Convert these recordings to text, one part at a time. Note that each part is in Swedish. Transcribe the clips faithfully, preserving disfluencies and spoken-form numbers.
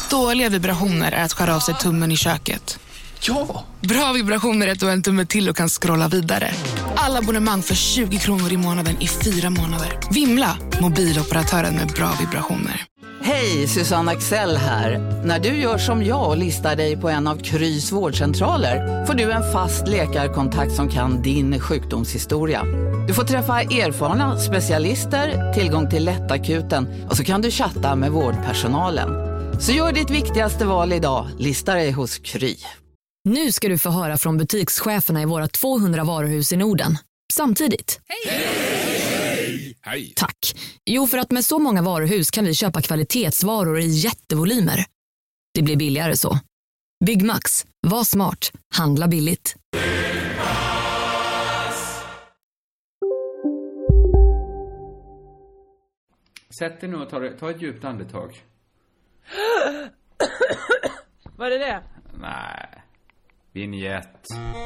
Dåliga vibrationer är att skära av sig tummen i köket. Ja! Bra vibrationer är att du har en tumme till och kan scrolla vidare. Alla abonnemang för tjugo kronor i månaden i fyra månader. Vimla, mobiloperatören med bra vibrationer. Hej, Susanne Axel här. När du gör som jag och listar dig på en av Krys vårdcentraler får du en fast läkarkontakt som kan din sjukdomshistoria. Du får träffa erfarna specialister, tillgång till lättakuten och så kan du chatta med vårdpersonalen. Så gör ditt viktigaste val idag, lista dig hos Kry. Nu ska du få höra från butikscheferna i våra tvåhundra varuhus i Norden. Samtidigt. Hej! Hej! Hej! Tack. Jo, för att med så många varuhus kan vi köpa kvalitetsvaror i jättevolymer. Det blir billigare så. Byggmax. Var smart. Handla billigt. Sätt dig nu och ta, ta ett djupt andetag. Vad är det? Nej. Vignett.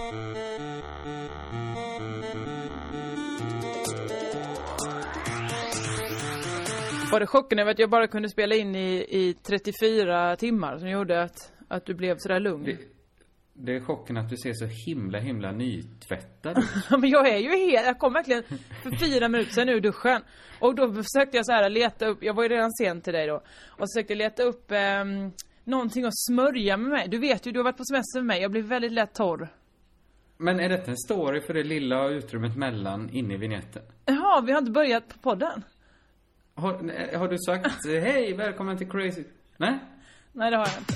Var det chocken över att jag bara kunde spela in i, i trettiofyra timmar som gjorde att, att du blev sådär lugn? Det, det är chocken att du ser så himla, himla nytvättad ut. Men jag är ju helt... Jag kom verkligen för fyra minuter sedan ur duschen. Och då försökte jag så här leta upp... Jag var ju redan sen till dig då. Och så försökte leta upp eh, någonting att smörja med mig. Du vet ju, du har varit på semester med mig. Jag blir väldigt lätt torr. Men är detta en story för det lilla utrymmet mellan inne i vignetten? Jaha, vi har inte börjat på podden. Har, har du sagt hej, välkommen till Crazy? Nej? Nej, det har jag inte.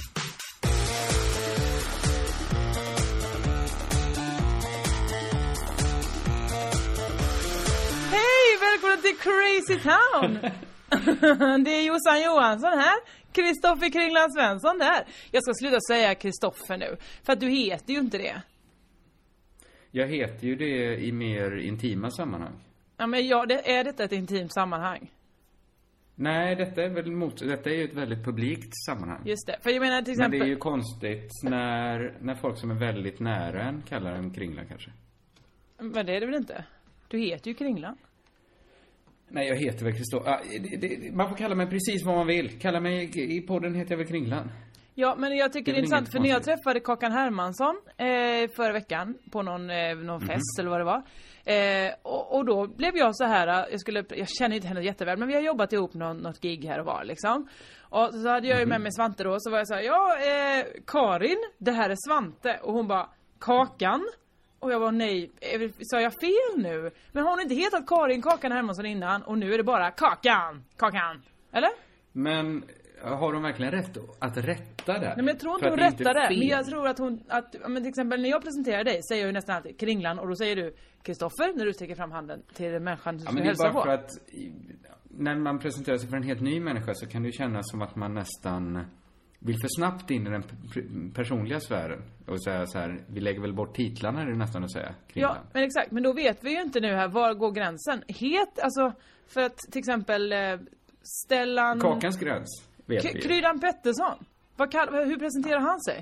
Hej, välkommen till Crazy Town. Det är Jossan Johansson här. Kristoffer Kringland Svensson där. Jag ska sluta säga Kristoffer nu. För att du heter ju inte det. Jag heter ju det i mer intima sammanhang. Ja, men ja, det, är detta ett intimt sammanhang? Nej, detta är väl mot, detta är ju ett väldigt publikt sammanhang. Just det, för jag menar till exempel... Men det är ju konstigt när, när folk som är väldigt nära en kallar en Kringlan kanske. Men det är det väl inte? Du heter ju Kringlan. Nej, jag heter väl Kristoffer. Ah, man får kalla mig precis vad man vill. Kalla mig, i podden heter jag väl Kringlan. Ja, men jag tycker det är intressant för när jag träffade Kakan Hermansson eh, förra veckan på någon, eh, någon fest mm-hmm. eller vad det var. Eh, och, och då blev jag så här, jag, skulle, jag känner inte henne jätteväl, men vi har jobbat ihop någon, något gig här och var liksom. Och så hade jag ju med mig Svante då, så var jag så här, ja eh, Karin, det här är Svante. Och hon bara, Kakan? Och jag var nej, sa jag fel nu? Men har hon inte hetat Karin Kakan Hermansson innan? Och nu är det bara Kakan, Kakan, eller? Men... Har de verkligen rätt att rätta det? Nej, men jag tror inte hon rättar det. Men jag tror att hon... Att, men till exempel när jag presenterar dig säger jag ju nästan alltid Kringlan. Och då säger du Kristoffer när du sträcker fram handen till människan som ja, hälsar på. Men det är bara för att när man presenterar sig för en helt ny människa så kan det ju kännas som att man nästan vill för snabbt in i den personliga sfären. Och säga så här, vi lägger väl bort titlarna är det nästan att säga Kringlan. Ja, men exakt. Men då vet vi ju inte nu här, var går gränsen? Het, alltså för att till exempel Stellan... Kakans gräns. K- Kryddan Pettersson. Vad kall- hur presenterar han sig?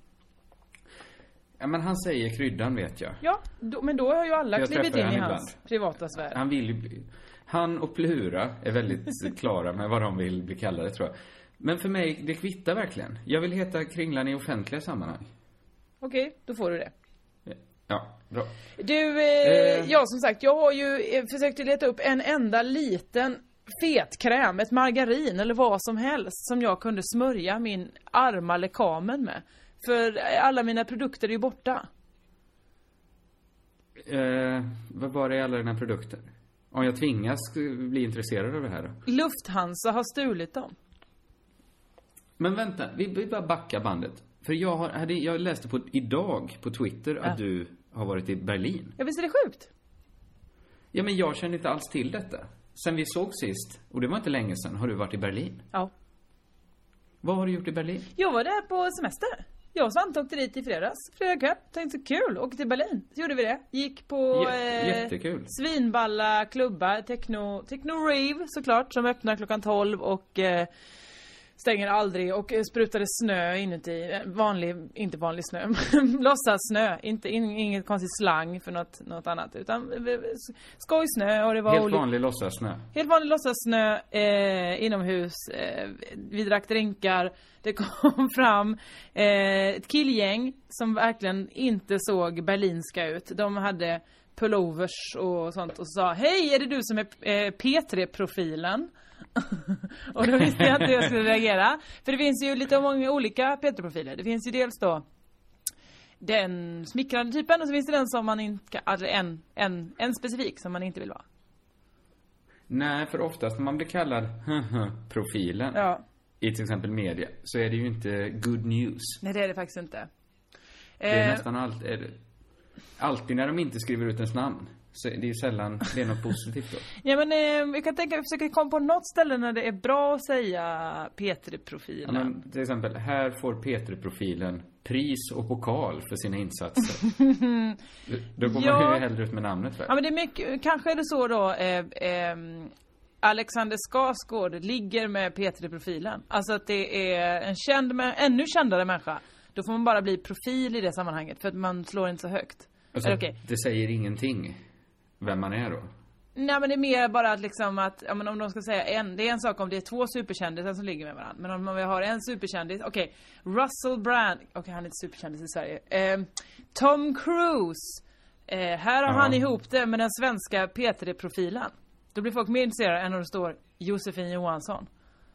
Ja, men han säger Kryddan, vet jag. Ja, då, men då har ju alla jag klivit in i hans ibland. privata sfär. Han vill ju bli, han och Plura är väldigt klara med vad de vill bli kallade, tror jag. Men för mig, det kvittar verkligen. Jag vill heta Kringlan i offentliga sammanhang. Okej, okay, då får du det. Ja, bra. Du, eh, eh. ja som sagt, jag har ju eh, försökt leta upp en enda liten fetkräm, ett margarin eller vad som helst som jag kunde smörja min arma lekamen med. För alla mina produkter är ju borta. Eh, vad var det i alla dina produkter? Om jag tvingas bli intresserad av det här då? Lufthansa har stulit dem. Men vänta, vi, vi bara backar bandet. För jag, har, hade, jag läste på idag på Twitter ja. att du har varit i Berlin. Ja, visst är det sjukt? Ja, men jag kände inte alls till detta. Sen vi såg sist, och det var inte länge sedan, har du varit i Berlin? Ja. Vad har du gjort i Berlin? Jag var där på semester. Jag och Svante åkte dit i fredags. Fredag kväll. Tänkte så kul. Åkte till Berlin. Så gjorde vi det. Gick på J- jättekul. Eh, svinballa klubbar. Techno, Techno Rave såklart. Som öppnar klockan tolv. Och eh, stänger aldrig och sprutade snö inuti. Vanlig, inte vanlig snö. Låtsas snö. Inte, inget konstigt slang för något, något annat. Utan skojsnö. Och det var Helt olika, vanlig låtsas snö. Helt vanlig låtsas snö eh, inomhus. Eh, vi drack drinkar. Det kom fram eh, ett killgäng som verkligen inte såg berlinska ut. De hade pullovers och sånt och sa: hej, är det du som är eh, P tre-profilen? Och då visste jag inte hur jag skulle reagera. För det finns ju lite många olika P tre-profiler. Det finns ju dels då den smickrande typen, och så finns det den som man inte, alltså en, en, en specifik som man inte vill vara. Nej, för oftast när man blir kallad profilen, ja, i till exempel media, så är det ju inte good news. Nej, det är det faktiskt inte. Det är eh, nästan allt, är det, alltid när de inte skriver ut ens namn. Så det är sällan det är något positivt då. Ja, men eh, vi kan tänka, vi försöker komma på något ställe när det är bra att säga P tre-profilen. Ja, men till exempel, här får P tre-profilen pris och pokal för sina insatser. Då går ja. man ju hellre ut med namnet. Väl? Ja, men det är mycket, kanske är det så då, eh, eh, Alexander Skarsgård ligger med P tre-profilen. Alltså att det är en känd, ännu kändare människa. Då får man bara bli profil i det sammanhanget, för att man slår inte så högt. Alltså, det, okay? det säger ingenting vem man är då? Nej, men det är mer bara att liksom att, ja, men om de ska säga en, det är en sak om det är två superkändisar som ligger med varandra. Men om man har en superkändis, okej, okay, Russell Brand, okej, okay, han är inte superkändis i Sverige. Eh, Tom Cruise, eh, här har ja. han ihop det med den svenska P tre-profilen. Då blir folk mer intresserade än när det står Josefin Johansson.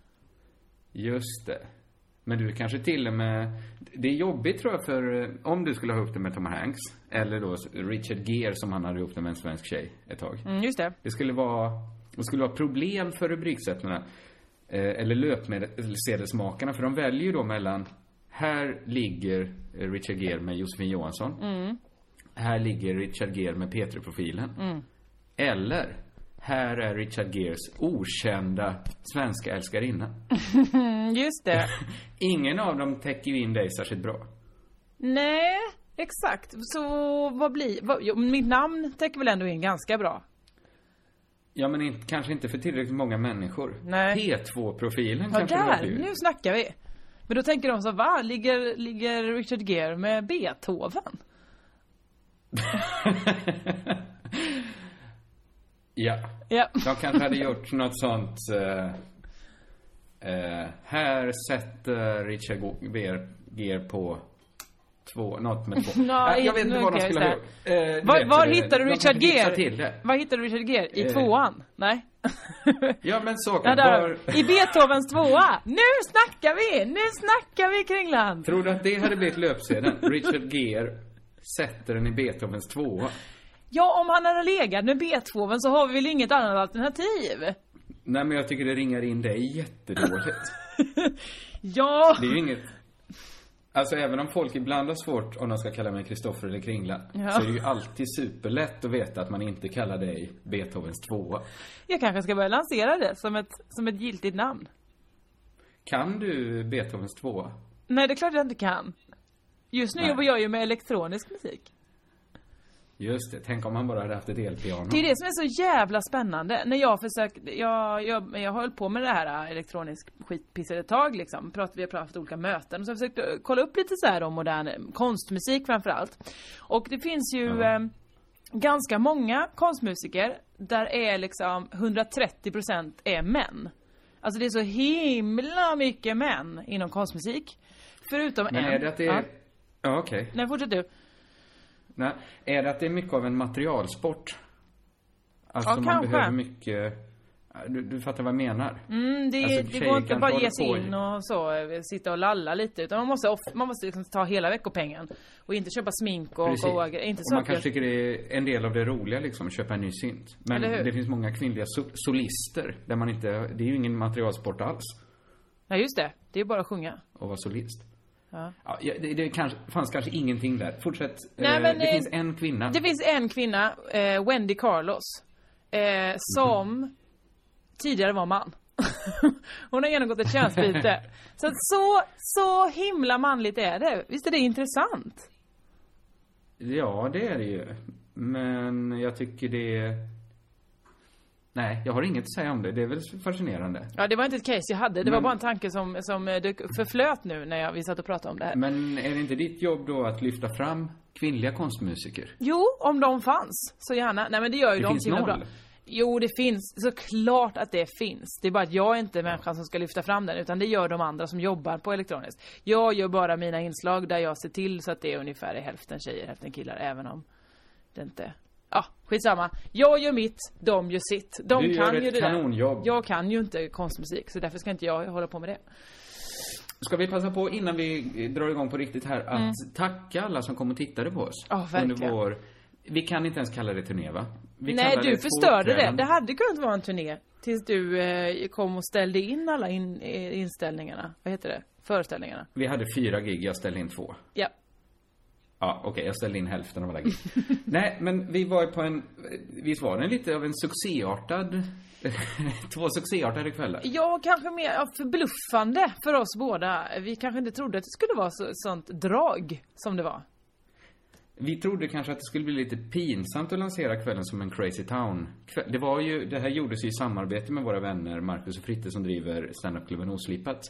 Just det. Men du kanske till och med, det är jobbigt tror jag, för om du skulle ha ihop det med Tom Hanks eller då Richard Gere som han hade ihop det med en svensk tjej ett tag. Mm, just det. Det skulle vara, det skulle vara problem för rubriksättarna eh, eller löpsedelsmakarna, för de väljer ju då mellan, här ligger Richard Gere med Josefin Johansson. Mm. Här ligger Richard Gere med P tre-profilen. Mm. Eller här är Richard Geres okända svenska älskarinna. Just det. Ingen av dem täcker ju in dig särskilt bra. Nej, exakt. Så vad blir... Vad, jo, mitt namn täcker väl ändå in ganska bra. Ja, men inte, kanske inte för tillräckligt många människor. Nej. P två-profilen ja, kanske där, det blir. Nu snackar vi. Men då tänker de så, va? Ligger, ligger Richard Gere med Beethoven? Ja. ja. De kanske hade gjort något sånt. Uh, uh, här sätter Richard Gere på två, något med två. no, uh, jag vet inte vad de skulle ha gjort. Uh, var var hittade du Richard Gere? Var hittade du Richard Gere? I uh, tvåan? Nej. Ja, men så kan ja, var... I Beethovens tvåa. Nu snackar vi. Nu snackar vi Kringland. Tror du att det hade blivit löpsedeln? Richard Gere sätter den i Beethovens tvåa. Ja, om han hade legat med Beethoven så har vi väl inget annat alternativ. Nej, men jag tycker det ringar in dig jättedåligt. Ja. Det är ju inget. Alltså även om folk ibland har svårt om de ska kalla mig Kristoffer eller Kringla, ja. så är det ju alltid superlätt att veta att man inte kallar dig Beethovens tvåa. Jag kanske ska börja lansera det som ett, som ett giltigt namn. Kan du Beethovens tvåa? Nej, det är klart jag inte kan. Just nu Nej. jobbar jag ju med elektronisk musik. Just det, tänk om man bara hade haft ett elpiano. Det är det som är så jävla spännande. När jag försökte, jag, jag, jag höll på med det här elektronisk skitpisset ett tag liksom. Prat, vi har pratat olika möten. Och så jag försökte kolla upp lite så här om modern konstmusik framförallt. Och det finns ju ja. eh, ganska många konstmusiker där är liksom hundratrettio procent är män. Alltså det är så himla mycket män inom konstmusik. Förutom Men en. är det att det är... Ja, ja okej. Okay. Nej, fortsätt du. Nej, är det att det är mycket av en materialsport? Alltså ja, man kanske. behöver mycket... Du, du fattar vad jag menar? Mm, det, alltså, det går inte bara ge sig in och så, sitta och lalla lite. Utan man måste, off, man måste liksom ta hela veckopengen. Och inte köpa smink och... och, och inte och man kanske tycker det är en del av det roliga liksom, att köpa en ny synt. Men det finns många kvinnliga so- solister där man inte... Det är ju ingen materialsport alls. Ja, just det. Det är ju bara att sjunga. Och vara solist. Ja. Ja, det, det kanske, fanns kanske ingenting där. Fortsätt. Nej, eh, men, det eh, finns en kvinna. Det finns en kvinna, eh, Wendy Carlos, eh, som mm. tidigare var man. Hon har genomgått ett könsbyte. Så att så, så himla manligt är det. Visst är det intressant? Ja, det är det ju. Men jag tycker det... Nej, jag har inget att säga om det. Det är väl fascinerande. Ja, det var inte ett case jag hade. Det men, var bara en tanke som, som dök förflöt nu när jag, vi satt och pratade om det här. Men är det inte ditt jobb då att lyfta fram kvinnliga konstmusiker? Jo, om de fanns. Så gärna. Nej, men det gör ju det de finns himla noll. bra. Jo, det finns. Såklart att det finns. Det är bara att jag är inte människan som ska lyfta fram den. Utan det gör de andra som jobbar på elektroniskt. Jag gör bara mina inslag där jag ser till så att det är ungefär hälften tjejer, hälften killar. Även om det inte... Ja, skitsamma. Jag gör mitt, de gör sitt. De du kan gör ju ett det kanonjobb. där. Jag kan ju inte konstmusik, så därför ska inte jag hålla på med det. Ska vi passa på innan vi drar igång på riktigt här att mm. tacka alla som kom och tittade på oss. Ja, verkligen. Under vår... Vi kan inte ens kalla det turné, va? Vi Nej, du det förstörde det. Det hade kunnat vara en turné tills du eh, kom och ställde in alla in, inställningarna. Vad heter det? Föreställningarna. Vi hade fyra gig, jag ställde in två. Ja. Ja, okej, okay, jag ställde in hälften av alla gig. Nej, men vi var på en... Visst var det lite av en succéartad... Två succéartade kvällar. Ja, kanske mer ja, förbluffande för oss båda. Vi kanske inte trodde att det skulle vara så, sånt drag som det var. Vi trodde kanske att det skulle bli lite pinsamt att lansera kvällen som en Crazy Town. Det var ju, det här gjordes ju i samarbete med våra vänner Marcus och Fritte som driver stand-up-klubben Oslipat.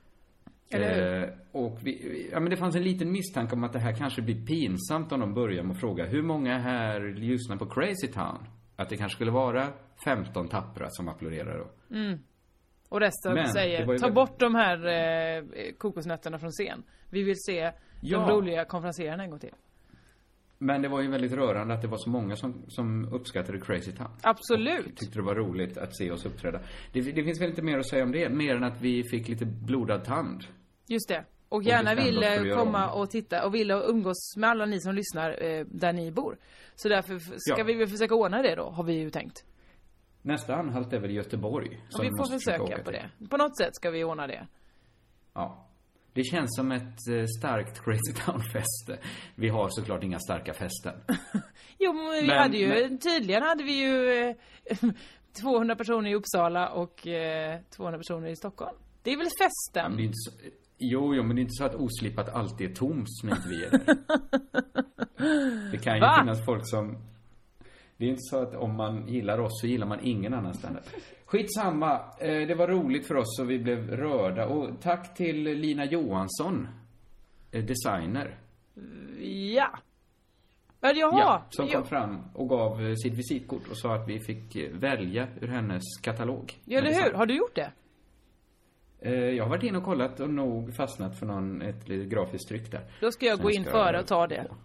Eh, och vi, ja, men det fanns en liten misstanke om att det här kanske blir pinsamt om de börjar med att fråga hur många här lyssnar på Crazy Town? Att det kanske skulle vara femton tappra som applåderar då. Mm. Och resten men, säger, ta väldigt... bort de här eh, kokosnötterna från scen. Vi vill se ja. de roliga konferenserarna en gång till. Men det var ju väldigt rörande att det var så många som, som uppskattade Crazy Town. Absolut. Och tyckte det var roligt att se oss uppträda. Det, det finns väl inte mer att säga om det. Mer än att vi fick lite blodad tand. Just det. Och gärna ville komma och titta och ville umgås med alla ni som lyssnar eh, där ni bor. Så därför ska ja. vi väl försöka ordna det då, har vi ju tänkt. Nästa anhalt är väl Göteborg. Och vi får försöka på det. På något sätt ska vi ordna det. Ja. Det känns som ett eh, starkt Crazy Town-fäste. Vi har såklart inga starka fästen. Jo, men vi men, hade ju, men... tydligen hade vi ju eh, tvåhundra personer i Uppsala och eh, tvåhundra personer i Stockholm. Det är väl festen? Ja, det är inte så, jo, jo, men det är inte så att Oslipat alltid är tomt när inte vi är där. Det kan ju Va? finnas folk som... Det är inte så att om man gillar oss så gillar man ingen annanstans. Skitsamma, det var roligt för oss och vi blev rörda. Och tack till Lina Johansson, designer. Ja. Jaha. Ja, som kom fram och gav sitt visitkort och sa att vi fick välja ur hennes katalog. Ja, eller hur? Har du gjort det? Jag har varit in och kollat och nog fastnat för någon, ett grafiskt tryck där. Då ska jag Sen gå in före och ta det. På.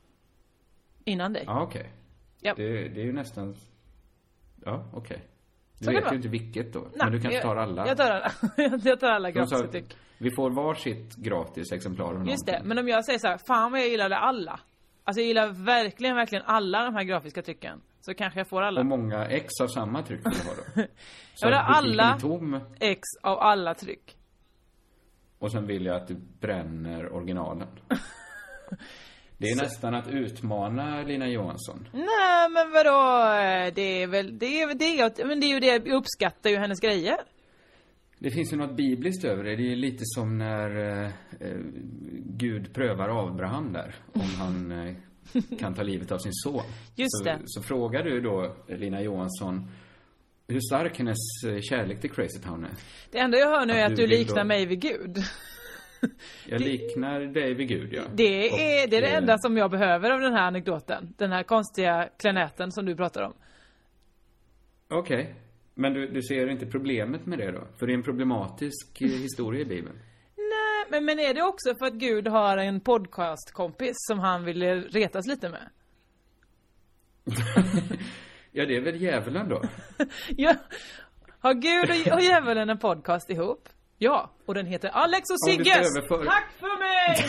Innan dig. Ja, okej. Okay. Yep. Det, det är ju nästan... Ja, okej. Okay. Du Så vet ju inte vilket då. Nej, men du kanske tar alla. Jag tar alla. jag tar alla gratis. Vi får varsitt gratis exemplar av Just det, men om jag säger så här, fan vad jag gillade alla. Alltså jag gillar verkligen, verkligen alla de här grafiska trycken. Så kanske jag får alla. Och många ex av samma tryck vill du ha då? Så jag vill ha alla tom. ex av alla tryck. Och sen vill jag att du bränner originalen. Det är så. Nästan att utmana Lina Johansson. Nej, men vadå? Det är väl det är det men det är ju det jag uppskattar ju hennes grejer. Det finns ju något bibliskt över det. Det är lite som när eh, Gud prövar Abraham där om han eh, kan ta livet av sin son. Just så, det. Så frågar du då Lina Johansson hur stark hennes kärlek till Crazy Town är. Det enda jag hör nu att är att du, du liknar då... mig vid Gud. Jag liknar dig vid Gud, ja. Det är, det är det enda som jag behöver av den här anekdoten. Den här konstiga kläneten som du pratar om. Okej. Okay. Men du, du ser inte problemet med det då? För det är en problematisk historia i Bibeln. Nej, men, men är det också för att Gud har en podcastkompis som han vill retas lite med? Ja, det är väl djävulen då? Ja. Har Gud och djävulen en podcast ihop? Ja, och den heter Alex och Sigges. Överför... Tack för mig!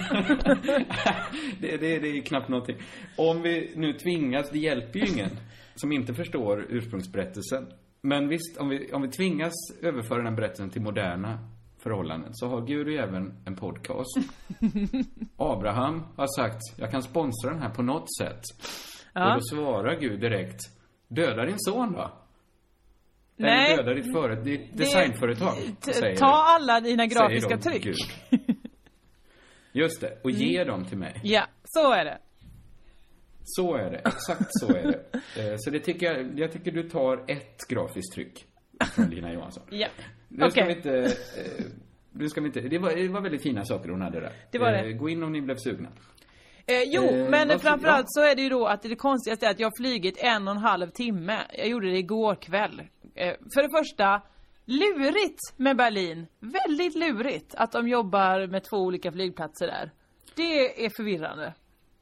det, det, det är knappt någonting. Om vi nu tvingas, det hjälper ju ingen som inte förstår ursprungsberättelsen. Men visst, om vi, om vi tvingas överföra den berättelsen till moderna förhållanden så har Gud och även en podcast. Abraham har sagt, jag kan sponsra den här på något sätt. Ja. Och då svarar Gud direkt, döda din son då. Nej, eller döda ditt, före, ditt designföretag. T- ta alla dina grafiska tryck. Just det, och ge mm. dem till mig. Ja, så är det. Så är det, exakt så är det. Så det tycker jag, jag tycker du tar ett grafiskt tryck från Lina Johansson. Ja, nu ska okej. vi inte, nu ska vi inte, det var, det var väldigt fina saker hon hade där. Det var det. Gå in om ni blev sugna. Eh, jo, Eh, men varför- framförallt ja. så är det ju då att det konstigaste är att jag har flygit en och en halv timme. Jag gjorde det igår kväll. Eh, för det första, lurigt med Berlin. Väldigt lurigt att de jobbar med två olika flygplatser där. Det är förvirrande.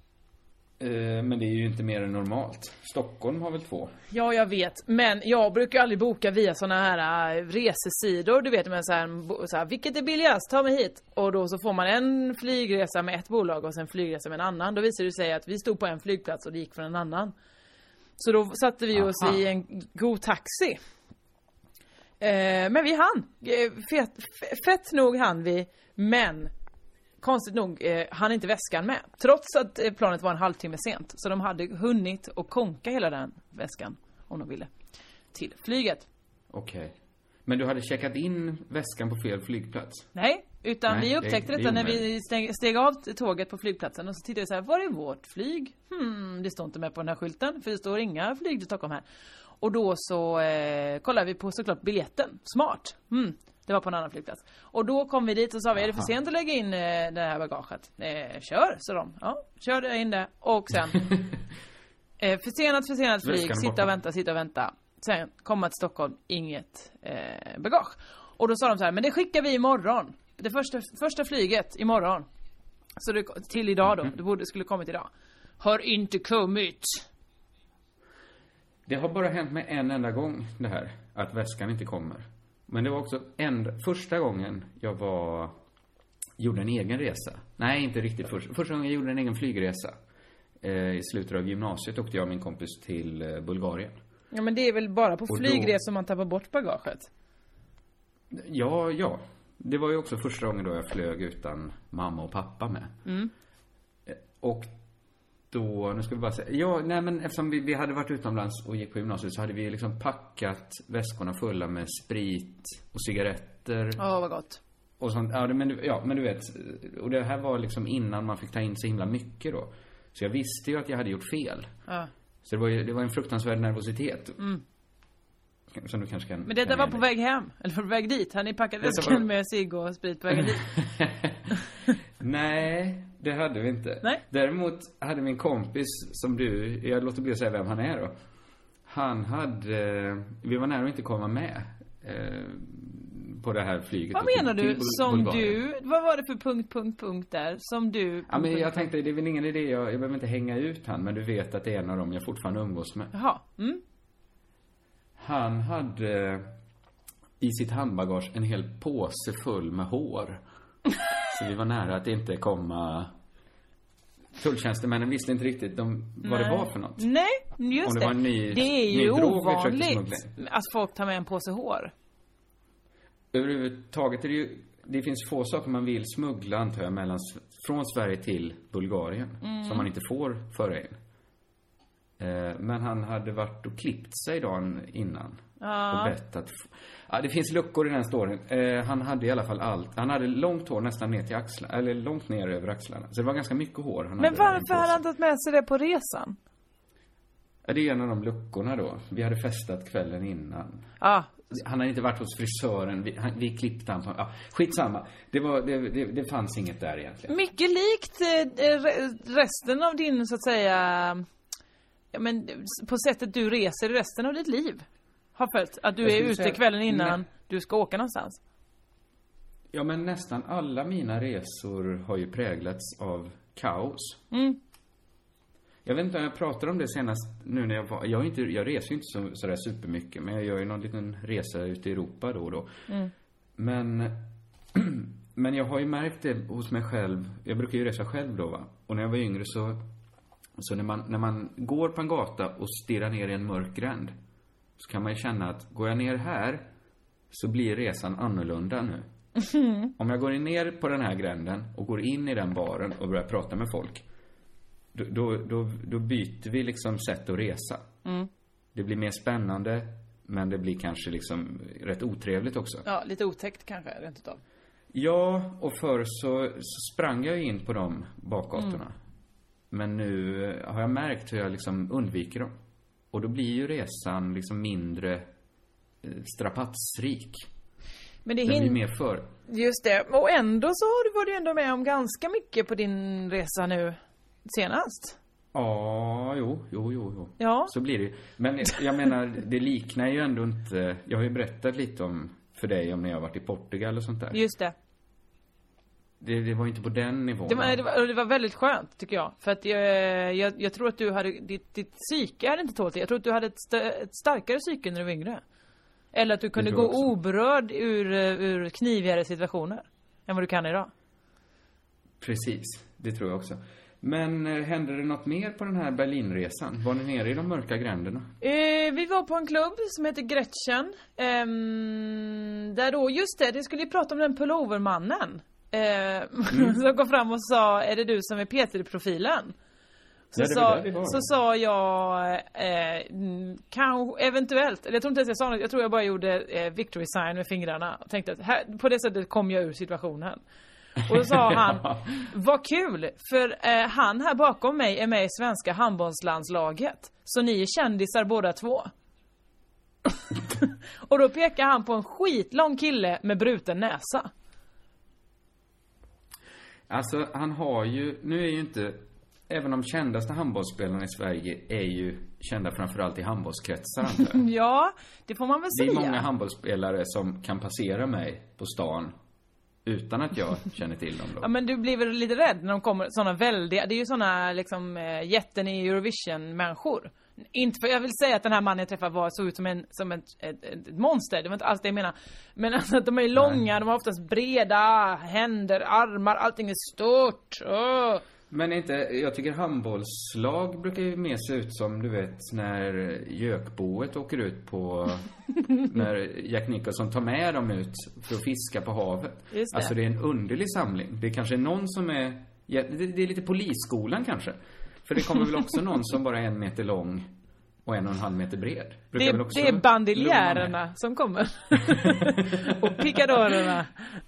Eh, Men det är ju inte mer än normalt. Stockholm har väl två? Ja, jag vet. Men jag brukar aldrig boka via såna här äh, resesidor. Du vet, med så här, bo- så här, vilket är billigast? Ta mig hit. Och då så får man en flygresa med ett bolag och sen flygresa med en annan. Då visar det sig att vi stod på en flygplats och det gick från en annan. Så då satte vi oss Aha. i en god taxi. Eh, men vi hann. Eh, Fett, f- fett nog hann vi. Men konstigt nog eh, hann inte väskan med. Trots att eh, planet var en halvtimme sent. Så de hade hunnit och konka hela den väskan, om de ville, till flyget. Okej. Men du hade checkat in väskan på fel flygplats? Nej, utan Nej, vi upptäckte det- det detta är när vi omöjligt. steg, steg av tåget på flygplatsen. Och så tittade vi så här, var är vårt flyg? Hmm, det står inte med på den här skylten. För det står inga flyg till Stockholm här. Och då så eh, kollade vi på såklart biljetten. Smart. Hmm. Det var på en annan flygplats. Och då kom vi dit och sa vi, är det för sent att lägga in eh, det här bagaget? Eh, kör, sa de. Ja, kör in det. Och sen eh, försenat, försenat flyg, Väskan sitta borta. och vänta, sitta och vänta. Sen komma till Stockholm, inget eh, bagage. Och då sa de så här, men det skickar vi imorgon. Det första, första flyget imorgon. Så det, till idag då, det borde, skulle kommit idag. Har inte kommit. Det har bara hänt mig en enda gång det här, att väskan inte kommer. Men det var också en, första gången jag var, gjorde en egen resa. Nej, inte riktigt första. Första gången jag gjorde en egen flygresa. Eh, I slutet av gymnasiet åkte jag och min kompis till eh, Bulgarien. Ja, men det är väl bara på Och då- flygresor man tappar bort bagaget. Ja, ja. Det var ju också första gången då jag flög utan mamma och pappa med. Mm. Eh, Och då, nu ska vi bara säga, ja, nej men eftersom vi, vi hade varit utomlands och gick på gymnasiet så hade vi liksom packat väskorna fulla med sprit och cigaretter. Ja, vad gott. Och sånt, ja, det- men, du- ja, men du vet, och det här var liksom innan man fick ta in så himla mycket då. Så jag visste ju att jag hade gjort fel. Ja. Så det var ju, det var en fruktansvärd nervositet. Mm. Som du kanske kan... Men detta kan var ge på dig. väg hem. Eller på väg dit. Har ni packat Detta väskan var- med cigg och sprit på vägen dit? Nej, det hade vi inte. Nej. Däremot hade min kompis, som du, jag låter bli att säga vem han är då. Han hade, vi var nära att inte komma med eh, på det här flyget. Vad då till- menar du? till Bul- Som Bulgarien. du... Vad var det för punkt, punkt, punkt där? Som du... Ja, men jag tänkte, det är väl ingen idé, jag, jag behöver inte hänga ut han, men du vet att det är en av dem jag fortfarande umgås med. Jaha. Mm. Han hade i sitt handbagage en hel påse full med hår. Så vi var nära att inte komma... Tulltjänstemännen visste inte riktigt de, vad det var för något. Nej, just Om det det. var en ny- det är ny ju drog vi försökte ovanligt smuggla att folk tar med en påse hår. Överhuvudtaget är det ju... Det finns få saker man vill smuggla, antar jag, mellan, från Sverige till Bulgarien. Mm. Som man inte får föra in. Eh, men han hade varit och klippt sig dagen innan. Ja. Och bett att... f- Ja, det finns luckor i den här storyn. Eh, han hade i alla fall allt. Han hade långt hår nästan ner till axlarna. Eller långt ner över axlarna. Så det var ganska mycket hår han Men hade där i en varför hade påse. han tagit med sig det på resan? Ja, det är en av de luckorna då. Vi hade festat kvällen innan. Ja, Han hade inte varit hos frisören. Vi, han, vi klippte han på... Ja, skitsamma. Det, var, det, det, det fanns inget där egentligen. mycket likt eh, re- resten av din, så att säga... Ja, men på sättet du reser i resten av ditt liv. Har följt att du Jag är skulle ute säga- kvällen innan Nej. du ska åka någonstans. Ja, men nästan alla mina resor har ju präglats av kaos. Mm. Jag vet inte om jag pratade om det senast nu när jag var... Jag, är inte, jag reser ju inte så, sådär supermycket. Men jag gör ju någon liten resa ute i Europa då och då. Mm. Men... men jag har ju märkt det hos mig själv. Jag brukar ju resa själv då, va. Och när jag var yngre så... Så när man, när man går på en gata och stirrar ner i en mörk gränd. Så kan man ju känna att går jag ner här så blir resan annorlunda nu. Om jag går ner på den här gränden och går in i den baren och börjar prata med folk. Då, då, då, då byter vi liksom sätt att resa. Mm. Det blir mer spännande, men det blir kanske liksom rätt otrevligt också. Ja, lite otäckt kanske, rent utav. Ja, och förr så, så sprang jag in på de bakgatorna. Men nu har jag märkt hur jag liksom undviker dem. Och då blir ju resan liksom mindre eh, strapatsrik. Men det Den blir hin- mer för. Just det. Och ändå så har du varit ändå med om ganska mycket på din resa nu senast. Ja, jo, jo, jo, jo. Ja. Så blir det. Men jag menar, det liknar ju ändå inte... Jag har ju berättat lite om för dig om när jag har varit i Portugal och sånt där. Just det. Det, det var inte på den nivån. Det var, det var, det var väldigt skönt tycker jag. För att jag, jag, jag tror att du hade... Ditt, ditt psyke hade inte tålt det. Jag tror att du hade ett, st- ett starkare psyke när du var yngre. Eller att du kunde gå oberörd ur, ur knivigare situationer än vad du kan idag. Precis, det tror jag också. Men eh, hände det något mer på den här Berlinresan? Var ni nere i de mörka gränderna? Eh, vi var på en klubb som heter Gretchen. Ehm, där då, just det, det skulle ju prata om den pullovermannen. Eh, mm. Som kom fram och sa, är det du som är P tre-profilen? Så, ja, sa, så sa jag eh, kanske, eventuellt, eller jag tror inte ens jag sa något, jag tror jag bara gjorde eh, victory sign med fingrarna och tänkte att här, på det sättet kom jag ur situationen. Och då sa han, vad kul, för eh, han här bakom mig är med i svenska handbollslandslaget, så ni är kändisar båda två. Och då pekar han på en skitlång kille med bruten näsa. Alltså, han har ju, nu är ju inte, även de kändaste handbollsspelarna i Sverige är ju kända framförallt i handbollskretsar, antar jag. Ja, det får man väl säga. Det är många handbollsspelare som kan passera mig på stan utan att jag känner till dem då. Ja, men du blir väl lite rädd när de kommer såna väldiga, det är ju såna liksom äh, jätten i Eurovision-människor. Inte för jag vill säga att den här mannen jag träffade var så ut som en som ett, ett, ett monster, det var inte alls det jag menar. Men alltså att de är långa, Nej. De har oftast breda händer, armar, allting är stort. Oh. Men inte, jag tycker handbollslag brukar ju mer se ut som, du vet, när gökboet åker ut på, när Jack Nicholson tar med dem ut för att fiska på havet. Just det. Alltså det är en underlig samling. Det är kanske någon som är, ja, det, det är lite polisskolan kanske. För det kommer väl också någon som bara är en meter lång och en och en halv meter bred. Det är, det är bandiljärerna som kommer. Och picadorerna.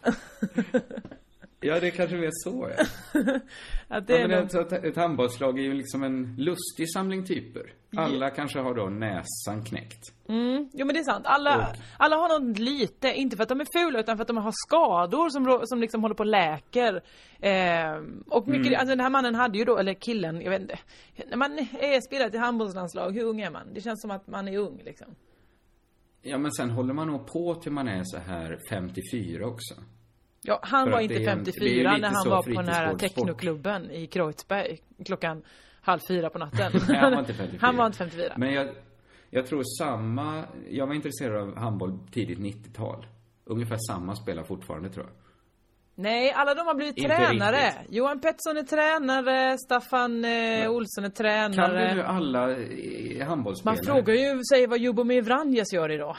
Ja, det kanske är så, ja. Att det ja, är men någon... ett, ett handbollslag är ju liksom en lustig samling typer. Alla yeah. kanske har då näsan knäckt. Mm, jo men det är sant. Alla, och... alla har något lite, inte för att de är fula utan för att de har skador som, som liksom håller på och läker. Eh, och mycket, mm. alltså den här mannen hade ju då, eller killen, jag vet inte. När man är spelare i handbollslandslag, hur ung är man? Det känns som att man är ung liksom. Ja, men sen håller man nog på till man är så här femtiofyra också. Ja, han var inte femtiofyra en, när han var på den här technoklubben i Kreuzberg klockan halv fyra på natten. Nej, han var inte femtiofyra. Han var inte femtiofyra. Men jag, jag tror samma, jag var intresserad av handboll tidigt nittiotal. Ungefär samma spelar fortfarande, tror jag. Nej, alla de har blivit inte tränare. Riktigt. Johan Pettersson är tränare, Staffan eh, Olsson är tränare. Kan du nu alla eh, handbollsspelare? Man frågar ju sig vad Jubomir Vranjes gör idag.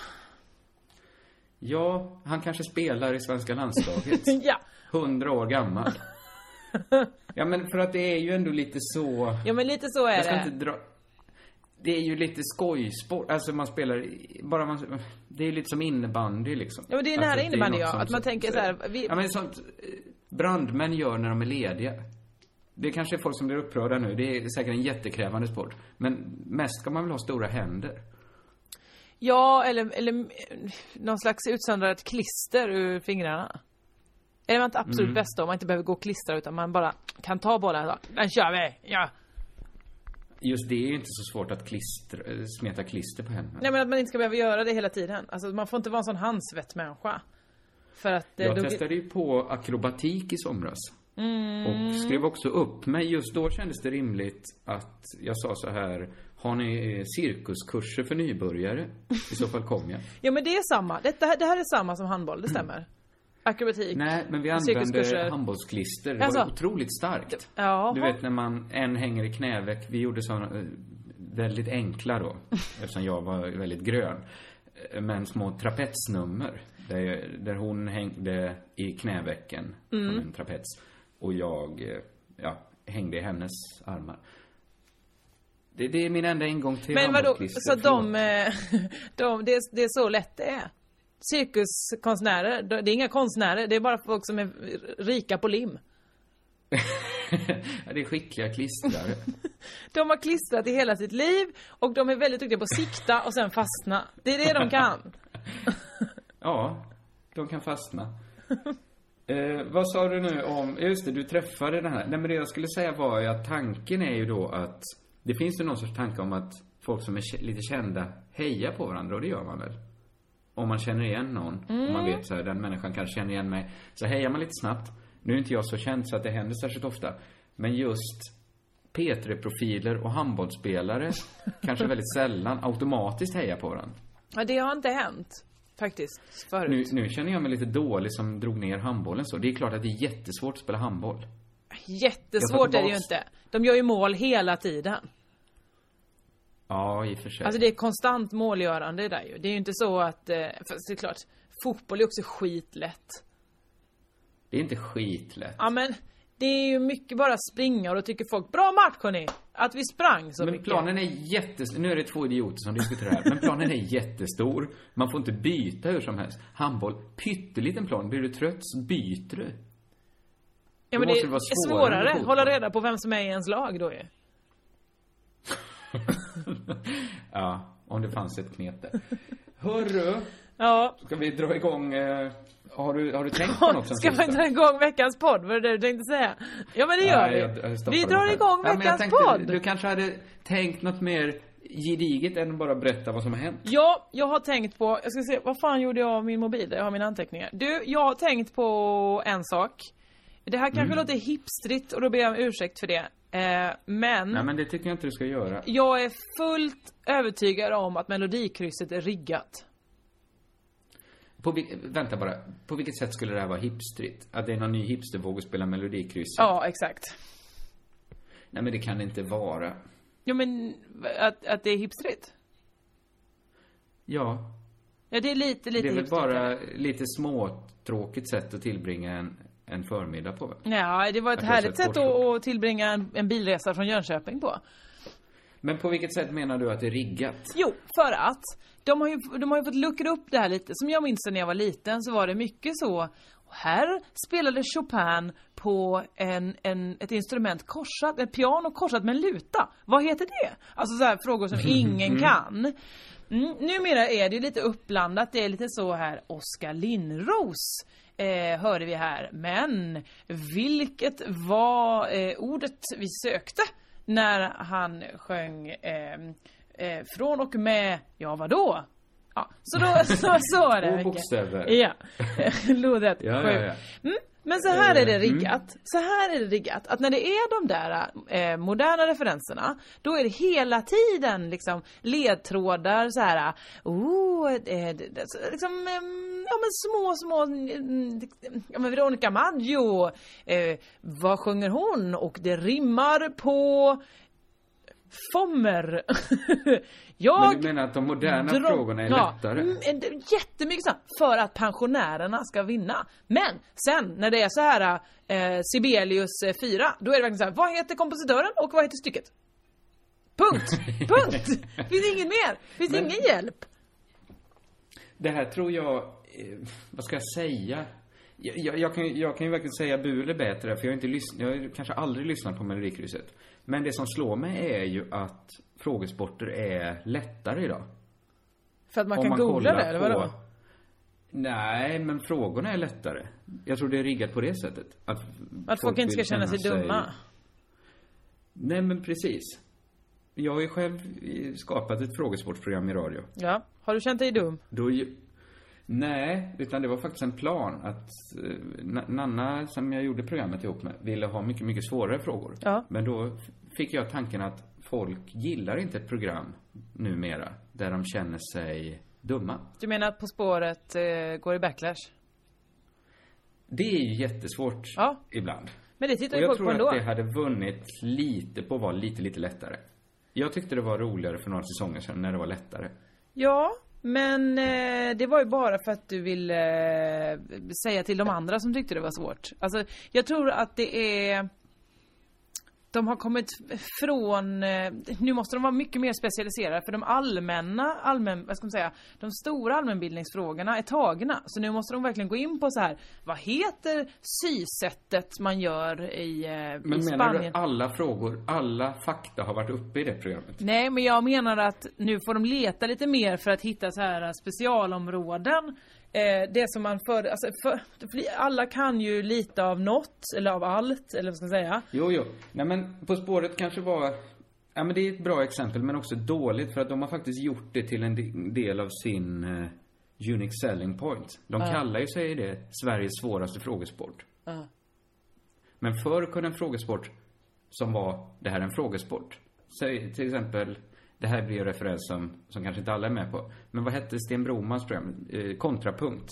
Ja, han kanske spelar i svenska landslaget. Ja. Hundra år gammal. Ja, men för att det är ju ändå lite så... Ja, men lite så är jag ska det. Inte dra... Det är ju lite skojsport. Alltså man spelar... Bara man... Det är lite som innebandy liksom. Ja, men det är nära alltså, innebandy, ja. Att man så... tänker så här... Vi... Ja, men sånt brandmän gör när de är lediga. Det är kanske folk som blir upprörda nu. Det är säkert en jättekrävande sport. Men mest ska man väl ha stora händer. Ja, eller, eller någon slags utsöndrat klister ur fingrarna. Är det inte absolut mm. bästa om man inte behöver gå och klistra utan man bara kan ta bollen och den kör vi, ja. Just det är ju inte så svårt att klistra, smeta klister på händerna. Nej, men att man inte ska behöva göra det hela tiden. Alltså man får inte vara en sån handsvettmänniska. För att... Jag då... testade ju på akrobatik i somras. Mm. Och skrev också upp. Men just då kändes det rimligt att jag sa så här: har ni cirkuskurser för nybörjare? I så fall kom jag. Ja, men det är samma. Detta, det här är samma som handboll, det stämmer. Akrobatik. Nej, men vi använde handbollsklister. Det alltså, var otroligt starkt. Ja. Du vet när man en hänger i knäveck. Vi gjorde sådana väldigt enkla då. Eftersom jag var väldigt grön. Men små trapetsnummer. Där, där hon hängde i knävecken mm. från en trapets. Och jag ja, hängde i hennes armar. Det, det är min enda ingång till men vadå, så de, de det, är, det är så lätt det är. Cirkuskonstnärer, det är inga konstnärer, det är bara folk som är rika på lim. Ja, det är skickliga klistrare. De har klistrat i hela sitt liv och de är väldigt duktiga på att sikta och sen fastna. Det är det de kan. Ja, de kan fastna. Eh, vad sa du nu om, just det, du träffade den här. Nej, men det jag skulle säga var ju att tanken är ju då att det finns ju någon sorts tanke om att folk som är k- lite kända hejar på varandra, och det gör man väl. Om man känner igen någon, mm. om man vet så här, den människan kanske känner igen mig, så hejar man lite snabbt. Nu är inte jag så känd så att det händer särskilt ofta, men just P tre-profiler och handbollsspelare kanske väldigt sällan automatiskt hejar på varandra. Ja, det har inte hänt. Faktiskt, förut. Nu, nu känner jag mig lite dålig som drog ner handbollen så. Det är klart att det är jättesvårt att spela handboll. Jättesvårt är det ju inte. De gör ju mål hela tiden. Ja, i och för sig. Alltså det är konstant målgörande där ju. Det är ju inte så att, för det är klart, fotboll är också skitlätt. Det är inte skitlätt. Ja, men det är ju mycket bara springa och då tycker folk, bra match hörni, att vi sprang så men mycket. Men planen är jättestor. Nu är det två idioter som diskuterar här. Men planen är jättestor. Man får inte byta hur som helst. Handboll, pytteliten plan. Blir du trött så byter du. Ja, men det, det är svårare. svårare. Hålla reda på vem som är i ens lag då ju. Ja, om det fanns ett knep där. Hörru. Ja. Ska vi dra igång... Eh, har, du, har du tänkt på något som Ska vi dra igång veckans podd? Vad är det du tänkte säga? Ja, men det gör Nej, vi. jag, jag vi drar igång ja, veckans tänkte, podd. Du kanske hade tänkt något mer gediget än bara berätta vad som har hänt. Ja, jag har tänkt på... Jag ska se, vad fan gjorde jag av min mobil? Jag har mina anteckningar. Du, jag har tänkt på en sak. Det här kanske mm. låter hipstrigt och då ber jag om ursäkt för det. Eh, men... Nej, men det tycker jag inte du ska göra. Jag är fullt övertygad om att Melodikrysset är riggat. På, vänta bara, på vilket sätt skulle det här vara hipstrigt? Att det är någon ny hipstervåg att spela Melodikrysset? Ja, exakt. Nej, men det kan det inte vara. Ja, men att, att det är hipstrigt? Ja. Ja, det är lite, lite hipstrigt. Det är väl hipstrigt. bara lite småtråkigt sätt att tillbringa en, en förmiddag på. Ja, det var ett att härligt sätt att, att tillbringa en, en bilresa från Jönköping på. Men på vilket sätt menar du att det är riggat? Jo, för att de har ju, de har ju fått luckra upp det här lite. Som jag minns när jag var liten så var det mycket så. Här spelade Chopin på en, en, ett instrument korsat, ett piano korsat med en luta. Vad heter det? Alltså så här frågor som ingen kan. Mm, numera är det ju lite uppblandat. Det är lite så här Oskar Lindros eh, hörde vi här. Men vilket var eh, ordet vi sökte när han sjöng eh, eh, från och med, ja vadå? Ja, så då så, så är det. Två bokstäver. Ja, lodrätt. ja, ja, ja. Mm. Men så här är det riggat. Mm. Så här är det riggat. Att när det är de där eh, moderna referenserna, då är det hela tiden liksom ledtrådar så här. Oh, eh, liksom eh, ja men små små ja men Veronica Maggio. Eh, vad sjunger hon? Och det rimmar på Fommer. Jag men du menar att de moderna dro- frågorna är ja, lättare? Mm, jättemycket så för att pensionärerna ska vinna. Men sen när det är så här eh, Sibelius fyra, då är det verkligen så här, vad heter kompositören och vad heter stycket? Punkt. Punkt. Finns inget mer. Finns men, ingen hjälp. Det här tror jag eh, vad ska jag säga? Jag, jag, jag, kan, jag kan ju verkligen säga bu eller bättre, för jag har inte lyssnat, jag har kanske aldrig lyssnat på Melodikrysset. Men det som slår mig är ju att frågesporter är lättare idag. För att man Om kan man googla det, eller vadå? På... Nej, men frågorna är lättare. Jag tror det är riggat på det sättet. Att, att folk, folk inte ska känna sig dumma. Sig... Nej, men precis. Jag har ju själv skapat ett frågesportprogram i radio. Ja, har du känt dig dum? Då ju... Nej, utan det var faktiskt en plan att uh, Nanna, som jag gjorde programmet ihop med, ville ha mycket, mycket svårare frågor. Ja. Men då fick jag tanken att folk gillar inte ett program numera där de känner sig dumma. Du menar att På spåret uh, går i backlash? Det är ju jättesvårt ja. ibland. Men det tittar ju folk på ändå. Och jag tror att det hade vunnit lite på att vara lite, lite lättare. Jag tyckte det var roligare för några säsonger sedan när det var lättare. Ja, men eh, det var ju bara för att du ville eh, säga till de andra som tyckte det var svårt. Alltså, jag tror att det är de har kommit från, nu måste de vara mycket mer specialiserade, för de allmänna, allmän, vad ska man säga, de stora allmänbildningsfrågorna är tagna. Så nu måste de verkligen gå in på så här, vad heter sysättet man gör i, men i Spanien? menar du alla frågor, alla fakta har varit uppe i det programmet? Nej, men jag menar att nu får de leta lite mer för att hitta så här specialområden. Eh, det som man för, alltså för, alla kan ju lite av något eller av allt, eller vad ska jag säga? Jo, jo. Nej, men På spåret kanske var, ja, men det är ett bra exempel, men också dåligt, för att de har faktiskt gjort det till en del av sin uh, unique selling point. De uh. kallar ju sig det Sveriges svåraste frågesport. Uh. Men förr kunde en frågesport som var, det här är en frågesport. Säg till exempel, det här blir en referens som, som kanske inte alla är med på. Men vad hette Sten Bromans program? Eh, kontrapunkt.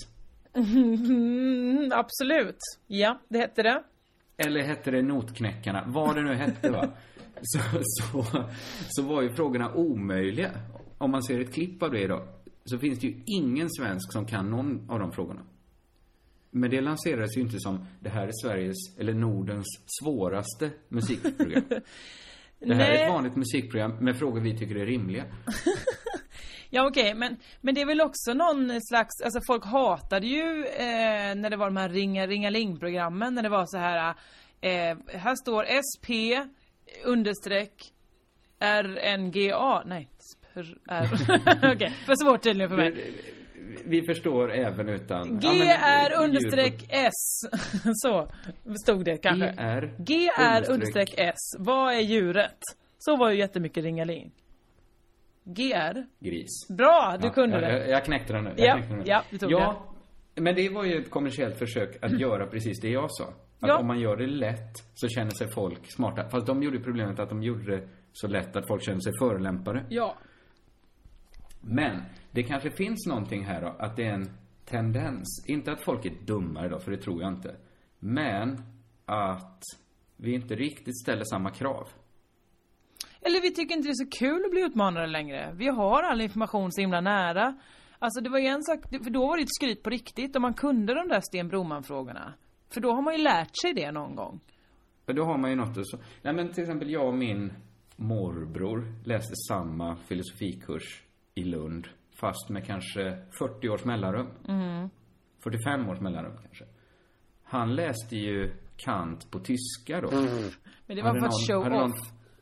Mm, absolut. Ja, det hette det. Eller hette det Notknäckarna? Vad det nu hette, va? Så, så, så var ju frågorna omöjliga. Om man ser ett klipp av det idag, så finns det ju ingen svensk som kan någon av de frågorna. Men det lanserades ju inte som, det här är Sveriges eller Nordens svåraste musikprogram. Det här Nej. är ett vanligt musikprogram med frågor vi tycker är rimliga. Ja, okej, okay, men, men det är väl också någon slags, alltså folk hatade ju eh, när det var de här ringa, ringaling-programmen, när det var så här, eh, här står S P understreck R N G A, nej, R, okej, okay, för svårt tydligen för mig. Vi, vi förstår även utan... G R understreck S, så stod det kanske. G R understreck S, vad är djuret? Så var ju jättemycket ringaling. G R? Gris. Bra, du ja, kunde jag, det. Jag, jag knäckte den nu. Jag ja, knäckte den nu. ja, du tog ja, det. Men det var ju ett kommersiellt försök att göra precis det jag sa. Att ja. om man gör det lätt så känner sig folk smarta. Fast de gjorde problemet att de gjorde det så lätt att folk känner sig förolämpade. Ja. Men det kanske finns någonting här då, att det är en tendens. Inte att folk är dummare då, för det tror jag inte. Men att vi inte riktigt ställer samma krav. Eller vi tycker inte det är så kul att bli utmanade längre. Vi har all information så himla nära. Alltså det var ju en sak, för då var det ett skryt på riktigt om man kunde de där Sten Broman-frågorna. För då har man ju lärt sig det någon gång. För då har man ju något och så. Nej, men till exempel jag och min morbror läste samma filosofikurs i Lund, fast med kanske fyrtio års mellanrum. Mm. fyrtiofem års mellanrum kanske. Han läste ju Kant på tyska då. Mm. Men det var för att show off. Någon...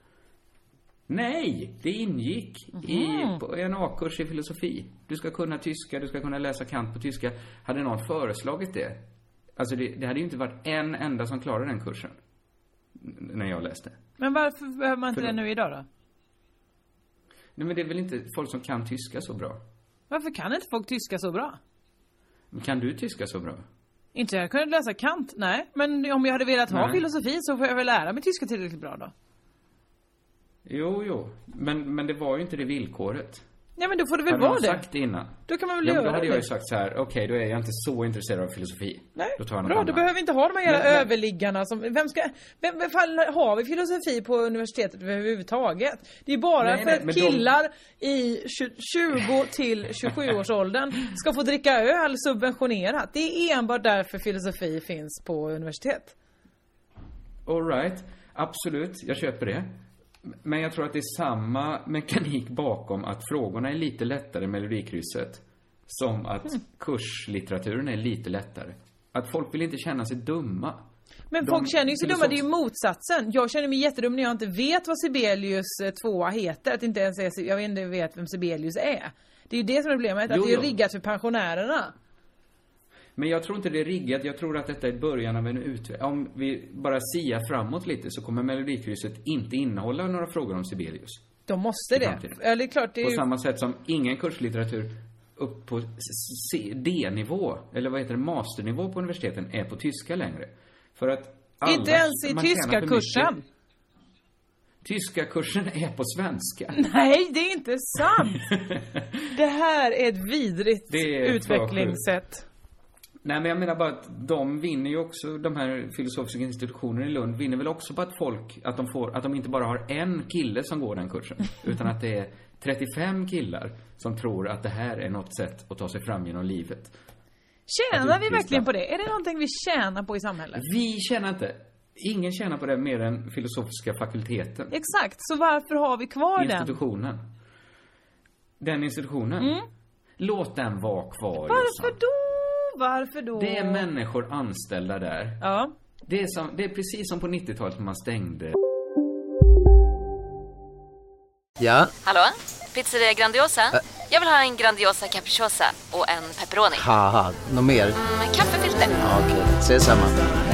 Nej, det ingick mm. i på en A-kurs i filosofi. Du ska kunna tyska, du ska kunna läsa Kant på tyska. Hade någon föreslagit det? Alltså det, det hade ju inte varit en enda som klarade den kursen när jag läste. Men varför behöver man inte för det nu idag då? Nej, men det är väl inte folk som kan tyska så bra. Varför kan inte folk tyska så bra? Men kan du tyska så bra? Inte jag kunde läsa Kant, nej. Men om jag hade velat ha nej. filosofi så får jag väl lära mig tyska tillräckligt bra då. Jo, jo. Men, men det var ju inte det villkoret. Ja, men då får det väl hade vara det. Sagt innan. Då kan man väl ja, göra det. Då hade jag ju sagt så här, okej, okay, då är jag inte så intresserad av filosofi. Nej, då tar jag bra, annat. då behöver vi inte ha de här men, men, överliggarna som, vem ska, vem, vem fall har vi filosofi på universitetet överhuvudtaget? Det är bara nej, för nej, att killar de... i tjugo till tjugosju års åldern ska få dricka öl subventionerat. Det är enbart därför filosofi finns på universitet. All right, absolut, jag köper det. Men jag tror att det är samma mekanik bakom att frågorna är lite lättare med Melodikrysset som att mm. kurslitteraturen är lite lättare. Att folk vill inte känna sig dumma. Men De, folk känner ju sig dumma, så... det är ju motsatsen. Jag känner mig jättedum när jag inte vet vad Sibelius tvåa heter. Att inte ens är, jag vet inte vet vem Sibelius är. Det är ju det som är problemet, jo, att det är riggat för pensionärerna. Men jag tror inte det är riggat. Jag tror att detta är början av en utveckling. Om vi bara siar framåt lite så kommer Melodikrysset inte innehålla några frågor om Sibelius. De måste det. Ja, det är klart, det är på ju... samma sätt som ingen kurslitteratur upp på D-nivå, eller vad heter det, masternivå på universiteten är på tyska längre. För att alla, inte ens i tyska kursen. Tyska kursen är på svenska. Nej, det är inte sant. Det här är ett vidrigt är utvecklingssätt. Nej, men jag menar bara att de vinner ju också, de här filosofiska institutionerna i Lund vinner väl också på att folk, att de får, att de inte bara har en kille som går den kursen, utan att det är trettiofem killar som tror att det här är något sätt att ta sig fram genom livet. Tjänar vi verkligen på det? Är det någonting vi tjänar på i samhället? Vi tjänar inte. Ingen tjänar på det mer än filosofiska fakulteten. Exakt, så varför har vi kvar institutionen? den? Den institutionen? Mm. Låt den vara kvar. Varför liksom. då? Varför då? Det är människor anställda där. Ja. Det är, som, det är precis som på nittiotalet när man stängde. Ja? Hallå? Pizzeria Grandiosa? Ä- Jag vill ha en Grandiosa capriciosa och en pepperoni. Haha, något mer? Mm, kaffefilter. Ja, okej, okay. Ses samma.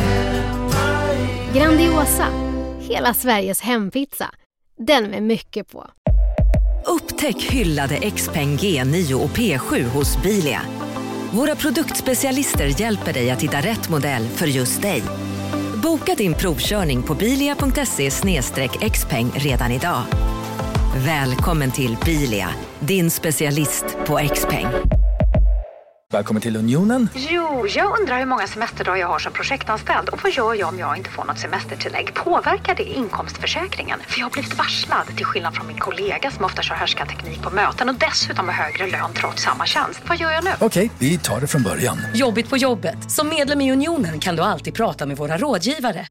Grandiosa, hela Sveriges hempizza. Den med mycket på. Upptäck hyllade Xpeng G nio och P sju hos Bilia. Våra produktspecialister hjälper dig att hitta rätt modell för just dig. Boka din provkörning på bilia punkt se slash xpeng redan idag. Välkommen till Bilia, din specialist på Xpeng. Välkommen till Unionen. Jo, jag undrar hur många semesterdagar jag har som projektanställd. Och vad gör jag om jag inte får något semestertillägg? Påverkar det inkomstförsäkringen? För jag har blivit varslad, till skillnad från min kollega som ofta kör härskarteknik på möten och dessutom har högre lön trots samma tjänst. Vad gör jag nu? Okej, vi tar det från början. Jobbigt på jobbet. Som medlem i Unionen kan du alltid prata med våra rådgivare.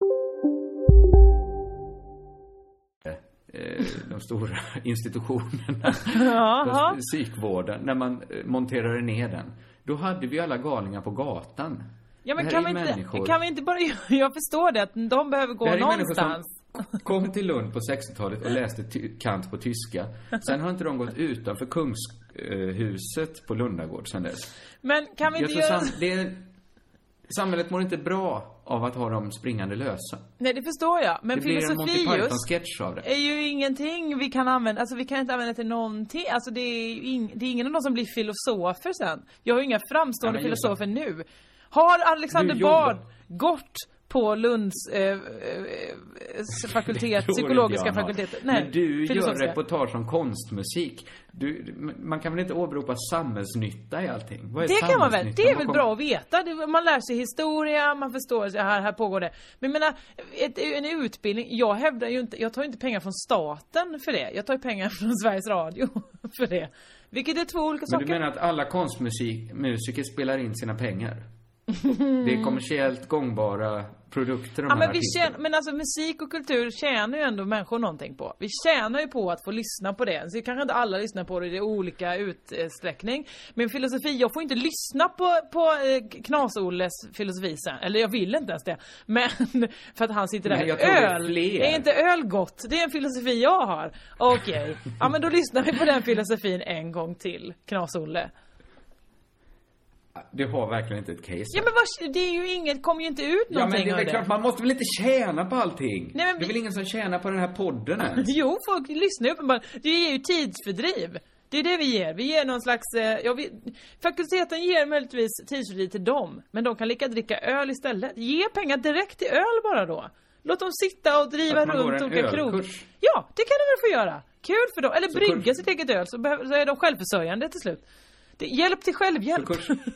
De stora institutionerna, psykvården, när man monterade ner den. Då hade vi alla galningar på gatan. Ja, men kan vi, inte, kan vi inte bara... Jag förstår det, att de behöver gå någonstans. Kom till Lund på sextiotalet och läste ty- Kant på tyska. Sen har inte de gått utanför Kungshuset på Lundagård sen dess. Men kan vi inte göra... Sam- det är, samhället mår inte bra av att ha dem springande lösa. Nej, det förstår jag. Men det filosofi just av det. är ju ingenting vi kan använda. Alltså vi kan inte använda det till någonting. Alltså det är ju ing, det är ingen av dem som blir filosofer sen. Jag har ju inga framstående ja, filosofer nu. Har Alexander Bard gått på Lunds eh, eh, fakultet, psykologiska fakultet? Nej, men du gör reportage om konstmusik. Du, man kan väl inte åberopa samhällsnytta i allting? Vad är det kan man väl. Det är väl bra att veta. Man lär sig historia, man förstår att här, här pågår det. Men jag menar, ett, en utbildning, jag hävdar ju inte, jag tar inte pengar från staten för det. Jag tar pengar från Sveriges Radio för det. Vilket är två olika men saker. Men du menar att alla konstmusiker spelar in sina pengar? Det är kommersiellt gångbara produkter de ja, här men, vi tjänar, men alltså musik och kultur tjänar ju ändå människor någonting på. Vi tjänar ju på att få lyssna på det. Så kanske inte alla lyssnar på det i olika utsträckning. Men filosofi, jag får inte lyssna på, på eh, Knas-Olles filosofi sen. Eller jag vill inte ens det. Men för att han sitter där. Nej, jag öl, är, är inte öl gott? Det är en filosofi jag har. Okej, okay. Ja men då lyssnar vi på den filosofin en gång till, Knas-Olle. Du har verkligen inte ett case. Ja men vad, det är ju inget, kommer ju inte ut någonting. Ja men det är väl det. klart, man måste väl inte tjäna på allting. Nej, men... Det är väl ingen som tjänar på den här podden ens. Jo, folk lyssnar uppenbarligen. Det är ju tidsfördriv. Det är det vi ger. Vi ger någon slags... Ja, vi, fakulteten ger möjligtvis tidsfördriv till dem. Men de kan lika dricka öl istället. Ge pengar direkt till öl bara då. Låt dem sitta och driva runt olika krog. Ja, det kan de väl få göra. Kul för dem. Eller så brygga kurs... sitt eget öl så, behöver, så är de självförsörjande till slut. Det, hjälp till självhjälp.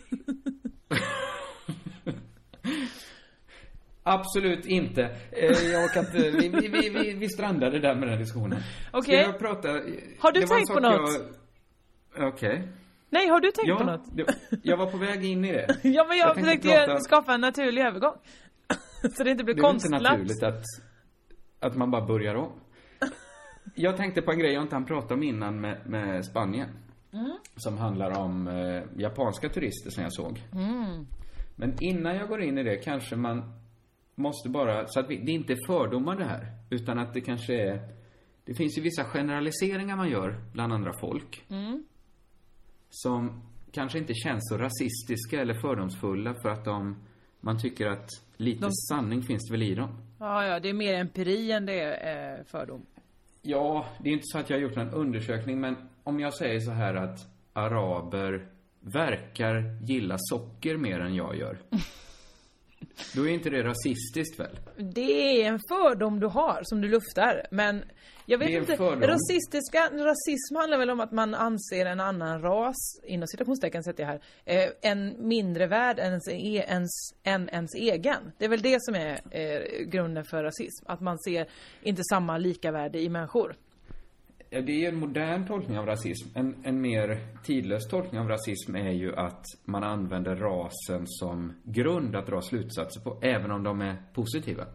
Absolut inte. Eh, jag kan inte vi, vi, vi, vi strandade där med den diskussionen. Okej. Okay. Har du tänkt på något? Jag... Okej. Okay. Nej, har du tänkt ja, på något? Det... Jag var på väg in i det. Ja, men jag, jag försökte prata... skapa en naturlig övergång. Så det inte blir konstlat. Det är inte naturligt att, att man bara börjar om. Jag tänkte på en grej jag inte han pratade om innan med, med Spanien. Mm. Som handlar om eh, japanska turister som jag såg. Mm. Men innan jag går in i det kanske man måste bara, så att vi, det är inte fördomar det här, utan att det kanske är, det finns ju vissa generaliseringar man gör bland andra folk. Mm. Som kanske inte känns så rasistiska eller fördomsfulla för att de, man tycker att lite de... sanning finns det väl i dem. Ja, ja, det är mer empiri än det är eh, fördom. Ja, det är inte så att jag har gjort någon undersökning, men om jag säger så här att araber verkar gilla socker mer än jag gör. Då är inte det rasistiskt väl? Det är en fördom du har som du luftar, men jag vet inte, rasistiska, rasism handlar väl om att man anser en annan ras, inom citationstecken sätter jag här, eh, en mindre värd än ens, ens, än ens egen. Det är väl det som är eh, grunden för rasism, att man ser inte samma lika värde i människor. Ja, det är en modern tolkning av rasism. En, en mer tidlös tolkning av rasism är ju att man använder rasen som grund att dra slutsatser på, även om de är positiva.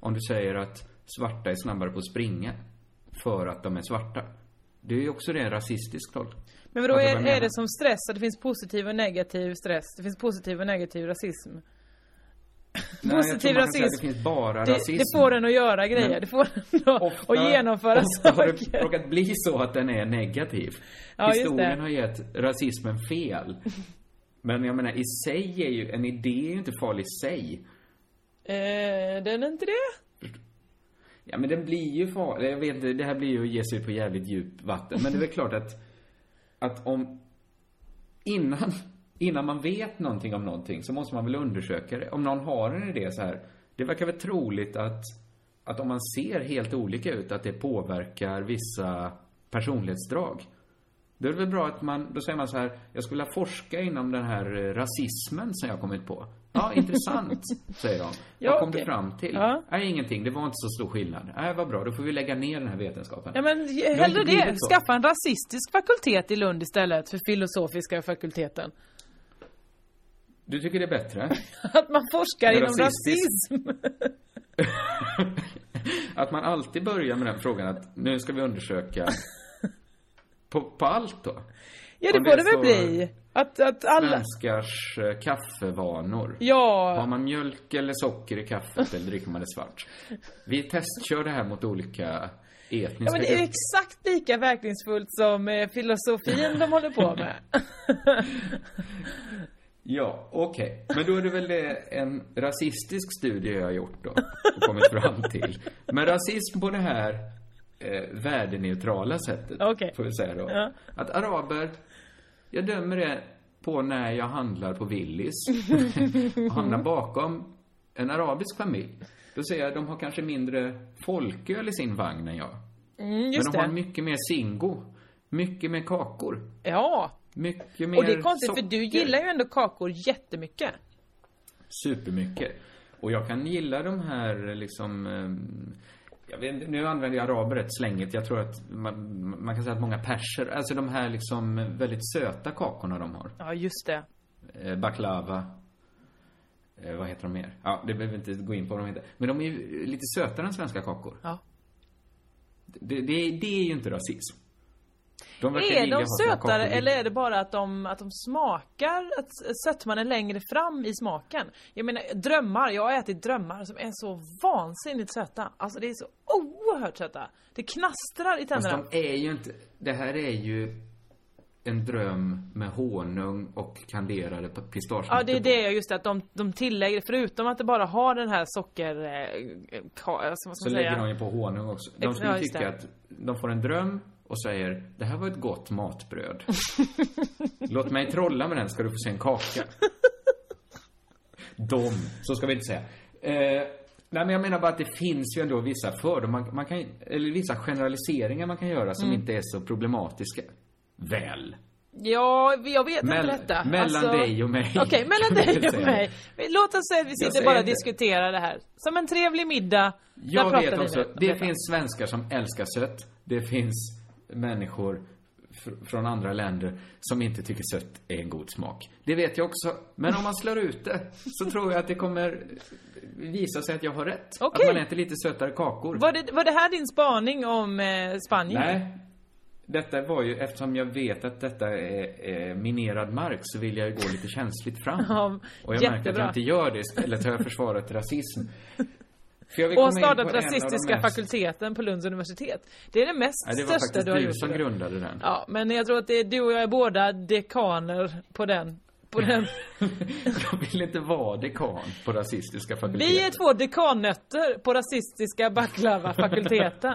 om du säger att svarta är snabbare på att springa för att de är svarta. Det är ju också det en rasistisk roll. Men vadå, är, är det som stress? Att det finns positiv och negativ stress? Det finns positiv och negativ rasism? Nej, positiv rasism. Det finns bara det, rasism. Det får den att göra grejer. Men det får den att, ofta, att genomföra ofta saker. Har det råkat bli så att den är negativ. Ja, historien har gett rasismen fel. Men jag menar, i sig är ju, en idé är ju inte farlig i sig. Eh, den är inte det? Ja, men den blir ju farlig. Jag vet inte, det här blir ju att ge sig på jävligt djup vatten. Men det är väl klart att, att om, innan, innan man vet någonting om någonting så måste man väl undersöka det. Om någon har en idé så här, det verkar väl troligt att, att om man ser helt olika ut, att det påverkar vissa personlighetsdrag. Då är det väl bra att man, då säger man så här, jag skulle vilja forska inom den här rasismen som jag har kommit på. Ja, intressant, säger de. Ja, vad kom okay. du fram till? Ja. Nej, ingenting, det var inte så stor skillnad. Nej, vad bra, då får vi lägga ner den här vetenskapen. Ja, men hellre det, skaffa en rasistisk fakultet i Lund istället för filosofiska fakulteten. Du tycker det är bättre? Att man forskar inom rasism. Att man alltid börjar med den frågan att nu ska vi undersöka på, på allt då. Ja, det får det väl bli. Att, att alla... Svenskars uh, kaffevanor. Ja. Har man mjölk eller socker i kaffet eller dricker man det svart? Vi testkör det här mot olika etniska... Ja, men det är exakt lika verkningsfullt som eh, filosofin de håller på med. Ja, okej. Okay. Men då är det väl det en rasistisk studie jag har gjort då och kommit fram till. Men rasism på det här eh, värdeneutrala sättet, okay. får vi säga då. Ja. Att araber, jag dömer det på när jag handlar på Willys och hamnar bakom en arabisk familj. Då säger jag, de har kanske mindre folköl i sin vagn än jag. Mm, just Men de det. har mycket mer singo, mycket mer kakor. Ja. Mycket mer och det är konstigt socker. För du gillar ju ändå kakor jättemycket. Supermycket. Och jag kan gilla de här liksom, jag vet, nu använder jag araber rätt slängigt. Jag tror att man, man kan säga att många perser, alltså de här liksom väldigt söta kakorna de har. Ja, just det. eh, Baklava, eh, vad heter de mer? Ja, det behöver inte gå in på vad de heter. Men de är ju lite sötare än svenska kakor. Ja. Det, det, det är ju inte rasism. De är de sötare eller är det bara att de, att de smakar, att sötman är längre fram i smaken? Jag menar, drömmar, jag har ätit drömmar som är så vansinnigt söta. Alltså det är så oerhört söta. Det knastrar i tänderna. Fast de är ju inte, det här är ju en dröm med honung och kanderade pistagenötter. Ja, det är det, just det, att de, de tillägger, förutom att det bara har den här socker... Eh, ka, alltså, vad ska så man lägger säga? de ju på honung också. De skulle ja, tycka att de får en dröm och säger, det här var ett gott matbröd. Låt mig trolla med den, ska du få se en kaka. De, så ska vi inte säga. Eh, nej, men jag menar bara att det finns ju ändå vissa fördomar, man, man kan, eller vissa generaliseringar man kan göra som mm. inte är så problematiska. Väl. Ja, jag vet Mell- inte detta. Mellan alltså... dig och mig. Okej, okay, mellan dig och mig. Låt oss säga att vi sitter bara och diskuterar det här. Som en trevlig middag. Jag vet också, det detta. Finns svenskar som älskar sött. Det finns människor fr- från andra länder som inte tycker sött är en god smak. Det vet jag också. Men om man slår ut det så tror jag att det kommer visa sig att jag har rätt. Okay. Att man äter lite sötare kakor. Var det, var det här din spaning om eh, Spanien? Nej. Detta var ju, eftersom jag vet att detta är, är minerad mark, så vill jag ju gå lite känsligt fram. Ja, och jag märker att jag inte gör det. Istället har jag försvarat rasism. För jag vill och startat rasistiska mest... fakulteten på Lunds universitet. Det är det mest ja, det största du har gjort. Det var faktiskt du som grundade den. Ja, men jag tror att det är, du och jag är båda dekaner på den. På den. Jag vill inte vara dekan på rasistiska fakulteten. Vi är två dekannötter på rasistiska baklava-fakulteten.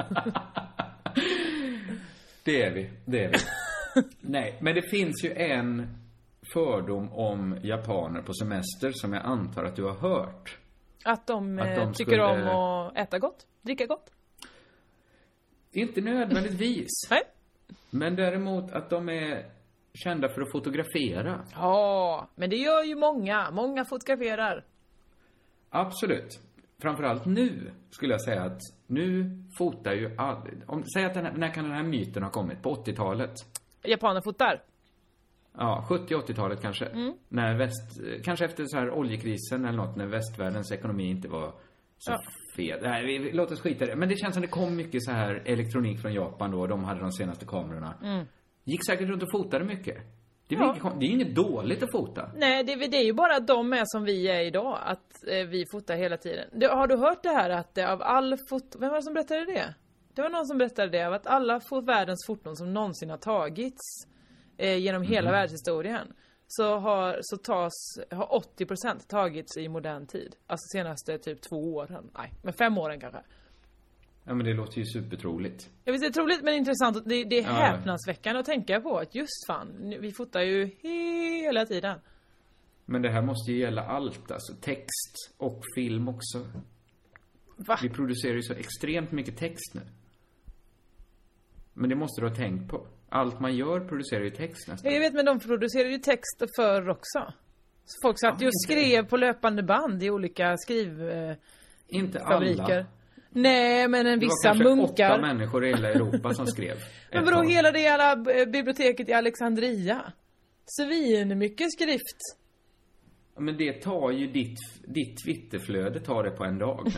Det är vi, det är vi. Nej, men det finns ju en fördom om japaner på semester som jag antar att du har hört. Att de, att de tycker skulle... om att äta gott, dricka gott? Inte nödvändigtvis. Nej. Men däremot att de är kända för att fotografera. Ja, men det gör ju många. Många fotograferar. Absolut. Framförallt nu skulle jag säga att nu fotar ju all... om, säg att den här, när kan den här myten ha kommit? På åttiotalet? Japaner fotar? Ja, sjuttio-åttiotalet kanske. Mm. När väst, kanske efter så här oljekrisen eller något, när västvärldens ekonomi inte var Så Ja. fel. Nej, vi, vi, låt oss skita i det. Men det känns som det kom mycket så här elektronik från Japan då. De hade de senaste kamerorna. Mm. Gick säkert runt och fotade mycket. Det är, Ja. mycket, det är inget dåligt att fota. Nej, det, det är ju bara att de är som vi är idag. Att eh, vi fotar hela tiden. Du, har du hört det här att eh, av all foto... Vem var det som berättade det? Det var någon som berättade det. Av att alla fot- världens foton som någonsin har tagits eh, genom hela Mhm. världshistorien. Så har, så tas, har åttio procent tagits i modern tid. Alltså senaste typ två åren. Nej, men fem åren kanske. Ja, men det låter ju supertroligt. Jag visst, det är troligt men intressant. Det, det är Ja. häpnadsväckande att tänka på. Att just fan, nu- vi fotar ju hela tiden. Men det här måste ju gälla allt. Alltså text och film också. Va? Vi producerar ju så extremt mycket text nu. Men det måste du ha tänkt på. Allt man gör producerar ju text nästan. Jag vet, men de producerar ju text förr också. Så folk satt ju och skrev på löpande band i olika skriv eh, Inte fabriker. alla. Nej, men en Det var vissa kanske munkar. åtta människor i hela Europa som skrev. Men ett vadå, tag. hela det jävla eh, biblioteket i Alexandria? Svin mycket skrift. Ja, men det tar ju ditt, ditt Twitterflöde tar det på en dag.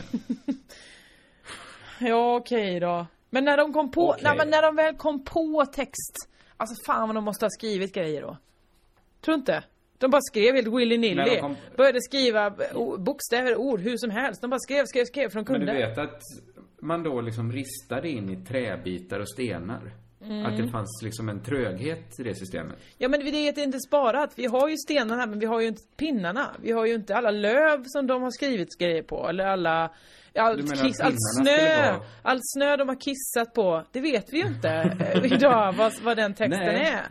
Ja, okej då. Men när de kom på, Okej. nej, men när de väl kom på text. Alltså fan vad de måste ha skrivit grejer då. Tror inte. De bara skrev helt När willy-nilly. de kom- Började skriva o- bokstäver, ord, hur som helst. De bara skrev, skrev, skrev för de Men kunde. du vet att man då liksom ristade in i träbitar och stenar. Mm. Att det fanns liksom en tröghet i det systemet. Ja, men det är inte sparat. Vi har ju stenarna men vi har ju inte pinnarna. Vi har ju inte alla löv som de har skrivit grejer på. Eller alla... Du Allt, menar att kiss, allt pinnarna skulle snö. vara- Allt snö de har kissat på. Det vet vi ju inte eh, idag vad, vad den texten Nej. är.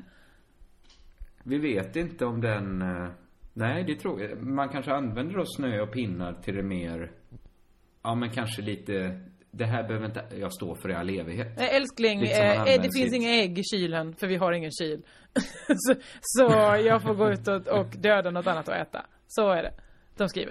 Vi vet inte om den... eh, Nej, det tror jag. Man kanske använder då snö och pinnar till det mer... Ja, men kanske lite... Det här behöver inte jag stå för i all evighet. Nej, älskling, Lite som man eh, använder det finns sitt- inga ägg i kylen för vi har ingen kyl. så, så jag får gå ut och, och döda något annat att äta. Så är det. De skriver.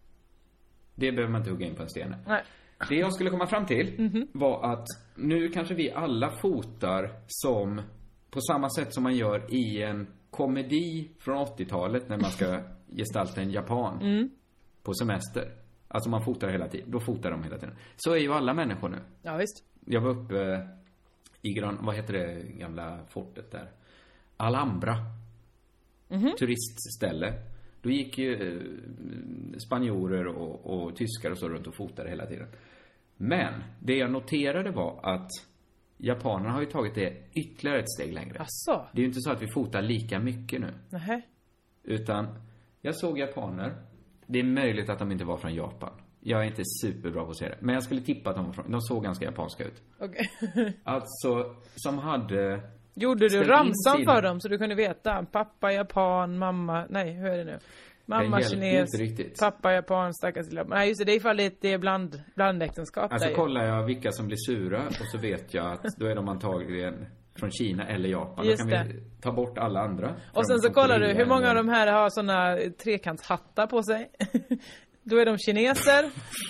Det behöver man inte hugga in på en sten. Nej. Det jag skulle komma fram till Mhm. var att nu kanske vi alla fotar som på samma sätt som man gör i en komedi från åttiotalet när man ska gestalta en japan Mm. på semester. Alltså man fotar hela tiden. Då fotar de hela tiden. Så är ju alla människor nu. Ja, visst. Jag var uppe i Gran... Vad heter det gamla fortet där? Alhambra. Mhm. Turistställe. Då gick ju eh, spanjorer och, och tyskar och så runt och fotade hela tiden. Men det jag noterade var att japanerna har ju tagit det ytterligare ett steg längre. Asså? Det är ju inte så att vi fotar lika mycket nu. Nähä. Utan jag såg japaner. Det är möjligt att de inte var från Japan. Jag är inte superbra på att se det. Men jag skulle tippa att de var från... De såg ganska japanska ut. Okej. Alltså, som hade... Gjorde du ställt in ramsan sina- för dem så du kunde veta? Pappa japan, mamma... Nej, hur är det nu? Mamma hjälpte ju kines, inte riktigt. pappa japan, stackars lilla... Nej, just det, det är ifall det är bland, blandäktenskap Alltså där ju. kollar jag vilka som blir sura och så vet jag att då är de antagligen från Kina eller Japan. Just Då kan vi ta bort alla andra. Och sen så kollar du hur många av de här har såna trekantshattar på sig. Då är de kineser.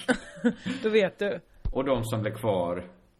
Då vet du. Och de som blir kvar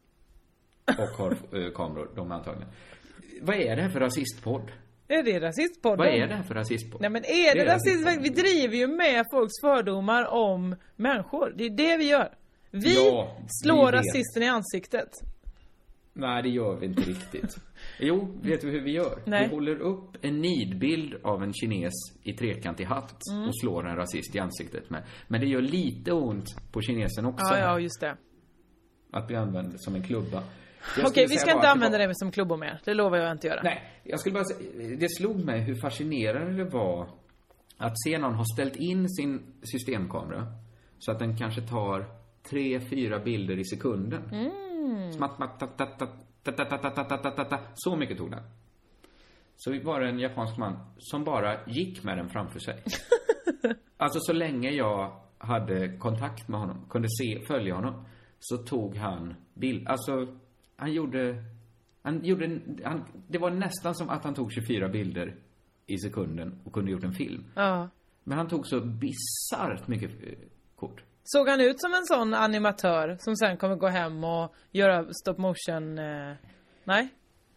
och har eh, kameror, de är antagligen. Vad är det här för rasistpodd? Är det rasistpodden? Vad är det här för rasistpodd? Nej, men är det, Det är rasism? Vi driver ju med folks fördomar om människor. Det är det vi gör. Vi Ja, slår vi vet. rasisten i ansiktet. Nej, det gör vi inte riktigt. Jo, vet du hur vi gör? Nej. Vi håller upp en nidbild av en kines i trekantig hatt Mm. och slår en rasist i ansiktet med. Men det gör lite ont på kinesen också. Ja, ja, just det. Att vi använder det som en klubba. Jag Okej, skulle vi säga ska bara inte att använda var... det som klubbor mer. Det lovar jag inte göra. Nej, jag skulle bara säga, det slog mig hur fascinerande det var att se någon ha ställt in sin systemkamera så att den kanske tar tre, fyra bilder i sekunden. Mm. Smatt, smatt, tat, tat, tat, tat, tat, tat, tat, tat, tat, tat. Så mycket tog den. Så var det en japansk man som bara gick med den framför sig. Alltså så länge jag hade kontakt med honom, kunde se, följa honom, så tog han bild. Alltså han gjorde han gjorde en, han, det var nästan som att han tog tjugofyra bilder i sekunden och kunde gjort en film. Ja. Men han tog så bizarrt mycket eh, kort. Såg han ut som en sån animatör som sen kommer gå hem och göra stop motion? Eh... Nej?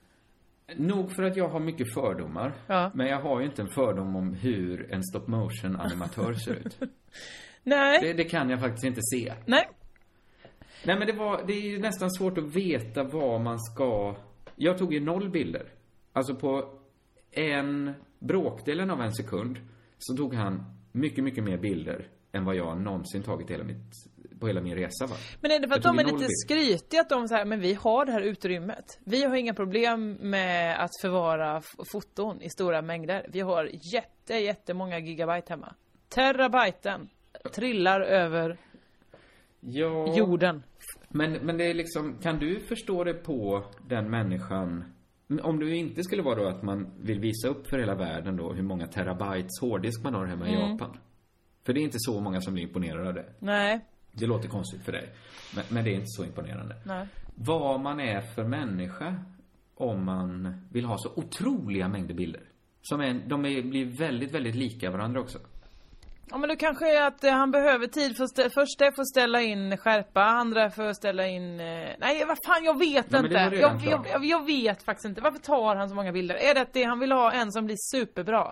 Nog för att jag har mycket fördomar. Ja. Men jag har ju inte en fördom om hur en stop motion animatör ser ut. Nej. Det, det kan jag faktiskt inte se. Nej. Nej, men det var, det är ju nästan svårt att veta vad man ska... Jag tog ju noll bilder. Alltså på en bråkdelen av en sekund så tog han mycket, mycket mer bilder än vad jag någonsin tagit hela mitt, på hela min resa. Va? Men är det för att de är lite skrytiga att de säger, men vi har det här utrymmet. Vi har inga problem med att förvara foton i stora mängder. Vi har jätte, jättemånga gigabyte hemma. Terabyten trillar över ja, jorden. Men, men det är liksom, kan du förstå det på den människan? Om du inte skulle vara då att man vill visa upp för hela världen då hur många terabytes hårddisk man har hemma i Mm. Japan. För det är inte så många som blir imponerade av det. Nej. Det låter konstigt för dig. Men, men det är inte så imponerande. Nej. Vad man är för människa om man vill ha så otroliga mängder bilder. Som är, de är, blir väldigt, väldigt lika varandra också. Ja, men det kanske är att eh, han behöver tid för stä- första för att ställa in skärpa, andra för att ställa in... Eh, nej, vad fan, jag vet Ja, men det var inte. redan Jag, jag, jag, jag vet faktiskt inte. Varför tar han så många bilder? Är det att det, han vill ha en som blir superbra?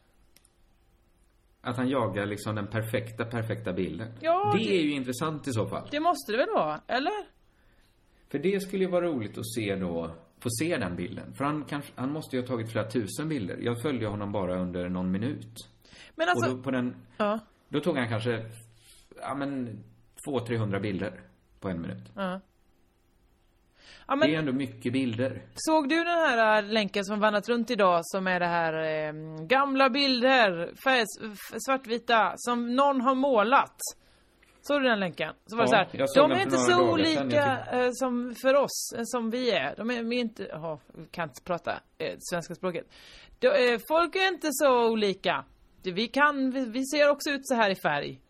Att han jagar liksom den perfekta, perfekta bilden. Ja, det, det- är ju intressant i så fall. Det måste det väl vara, eller? För det skulle ju vara roligt att se då, få se den bilden. För han, kanske, han måste ju ha tagit flera tusen bilder. Jag följde honom bara under någon minut. Men alltså... Och då, på den, ja. då tog han kanske, ja men, två trehundra bilder på en minut. Ja. Ja, men... Det är ändå mycket bilder. Såg du den här äh, länken som vandrat runt idag som är det här äh, gamla bilder, färg, f- svartvita, som någon har målat? Såg du den länken? Så var Ja, det så här, jag såg de den är för inte några så dagar sedan, olika jag äh, som för oss, äh, som vi är. De är, vi är inte, jaha, kan inte prata äh, svenska språket. De, äh, folk är inte så olika. Vi kan, vi, vi ser också ut så här i färg.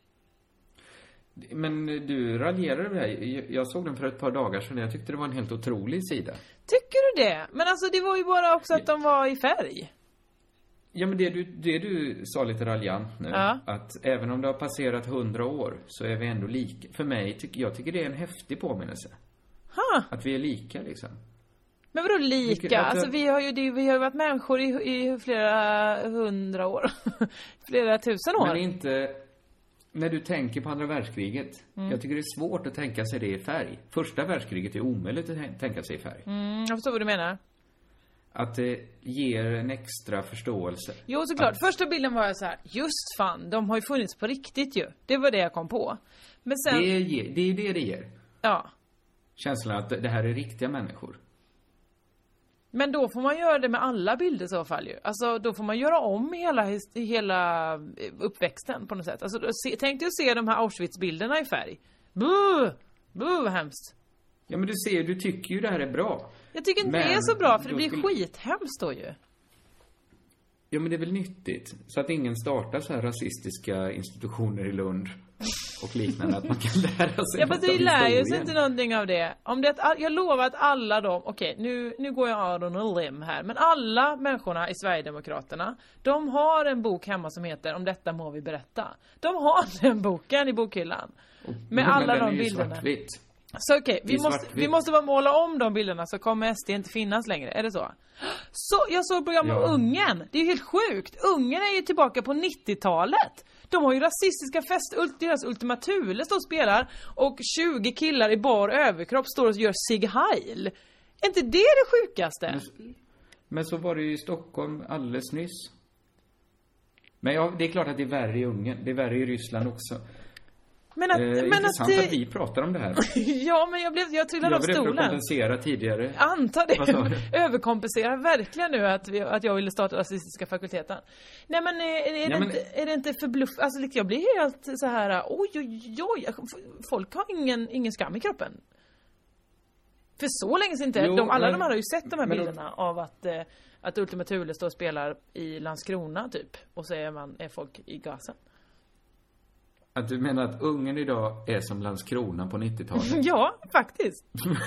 Men du raljerar över det här. Jag såg den för ett par dagar sedan. Jag tyckte det var en helt otrolig sida. Tycker du det? Men alltså det var ju bara också att de var i färg. Ja, men det du, det du sa lite raljant nu. Ja. Att även om det har passerat hundra år så är vi ändå lika. För mig, tycker jag tycker det är en häftig påminnelse. Ha. Att vi är lika liksom. Men vadå lika? Vilket, alltså, alltså vi har ju det, vi har ju varit människor i, i flera hundra år. flera tusen år. Men inte... När du tänker på andra världskriget. Mm. Jag tycker det är svårt att tänka sig det i färg. Första världskriget är omöjligt att tänka sig i färg. Mm, jag förstår vad du menar. Att det ger en extra förståelse. Jo, såklart. Att, Första bilden var jag så här, just fan, de har ju funnits på riktigt ju. Det var det jag kom på. Men sen... det, ger, det är ju det det ger. Ja. Känslan att det här är riktiga människor. Men då får man göra det med alla bilder i så fall ju. Alltså då får man göra om hela, his- hela uppväxten på något sätt. Alltså då se, tänk dig att se de här Auschwitz-bilderna i färg. Buh! Buh, vad hemskt. Ja, men du ser, du tycker ju det här är bra. Jag tycker inte Men det är så bra, för det då blir skulle- skithemskt då ju. Ja, men det är väl nyttigt. Så att ingen startar så här rasistiska institutioner i Lund och liknande. Att man kan lära sig Ja, fast något av det lär ju sig historien. inte någonting av det. Om det är att, jag lovar att alla de, okej, nu, nu går jag out on a limb här. Men alla människorna i Sverigedemokraterna, de har en bok hemma som heter Om detta må vi berätta. De har den boken i bokhyllan. Med Men alla den är de ju bilderna. svartvitt. Så okej, Det vi är måste, svartvitt. vi måste bara måla om de bilderna så kommer S D inte finnas längre. Är det så? Så jag såg program om Ja. Ungern. Det är ju helt sjukt. Ungern är ju tillbaka på nittiotalet. De har ju rasistiska fest, ult- deras Ultima Thule står och spelar och tjugo killar i bar överkropp står och gör Sig Heil. Är inte det det sjukaste? Men, men så var det ju i Stockholm alldeles nyss. Men ja, det är klart att det är värre i Ungern. Det är värre i Ryssland också. Men att, eh, men intressant att, att vi pratar om det här. ja, men jag blev jag trillade Jag av var rädd för att stolen. kompensera tidigare. Antar Vad sa det. du? Överkompenserar verkligen nu att, vi, att jag ville starta rasistiska fakulteten. Nej, men är, är, Ja, det, men- inte, är det inte för bluff? Alltså liksom, jag blir helt så här, oj, oj, oj. Folk har ingen, ingen skam i kroppen. För så länge sedan inte. Jo, De, alla men- de här har ju sett de här men då- bilderna av att, eh, att Ultima Thule står och spelar i Landskrona typ. Och så är, man, är folk i gasen. Att du menar att Ungern idag är som Landskrona på nittiotalet? Ja, faktiskt.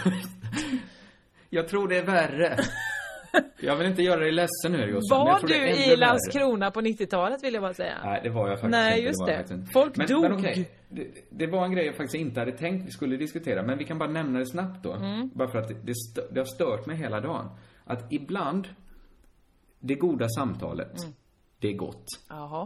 Jag tror det är värre. Jag vill inte göra dig ledsen nu, Jossan. men jag Var tror det är du ännu i värre. Landskrona på nittiotalet vill jag bara säga. Nej, det var jag faktiskt Nej, inte. just var det. jag faktiskt inte. Folk men, dog. Men okej, det, det var en grej jag faktiskt inte hade tänkt vi skulle diskutera. Men vi kan bara nämna det snabbt då. Mm. Bara för att det, det, stö, det har stört mig hela dagen. Att ibland, det goda samtalet, Mm. det är gott. Jaha.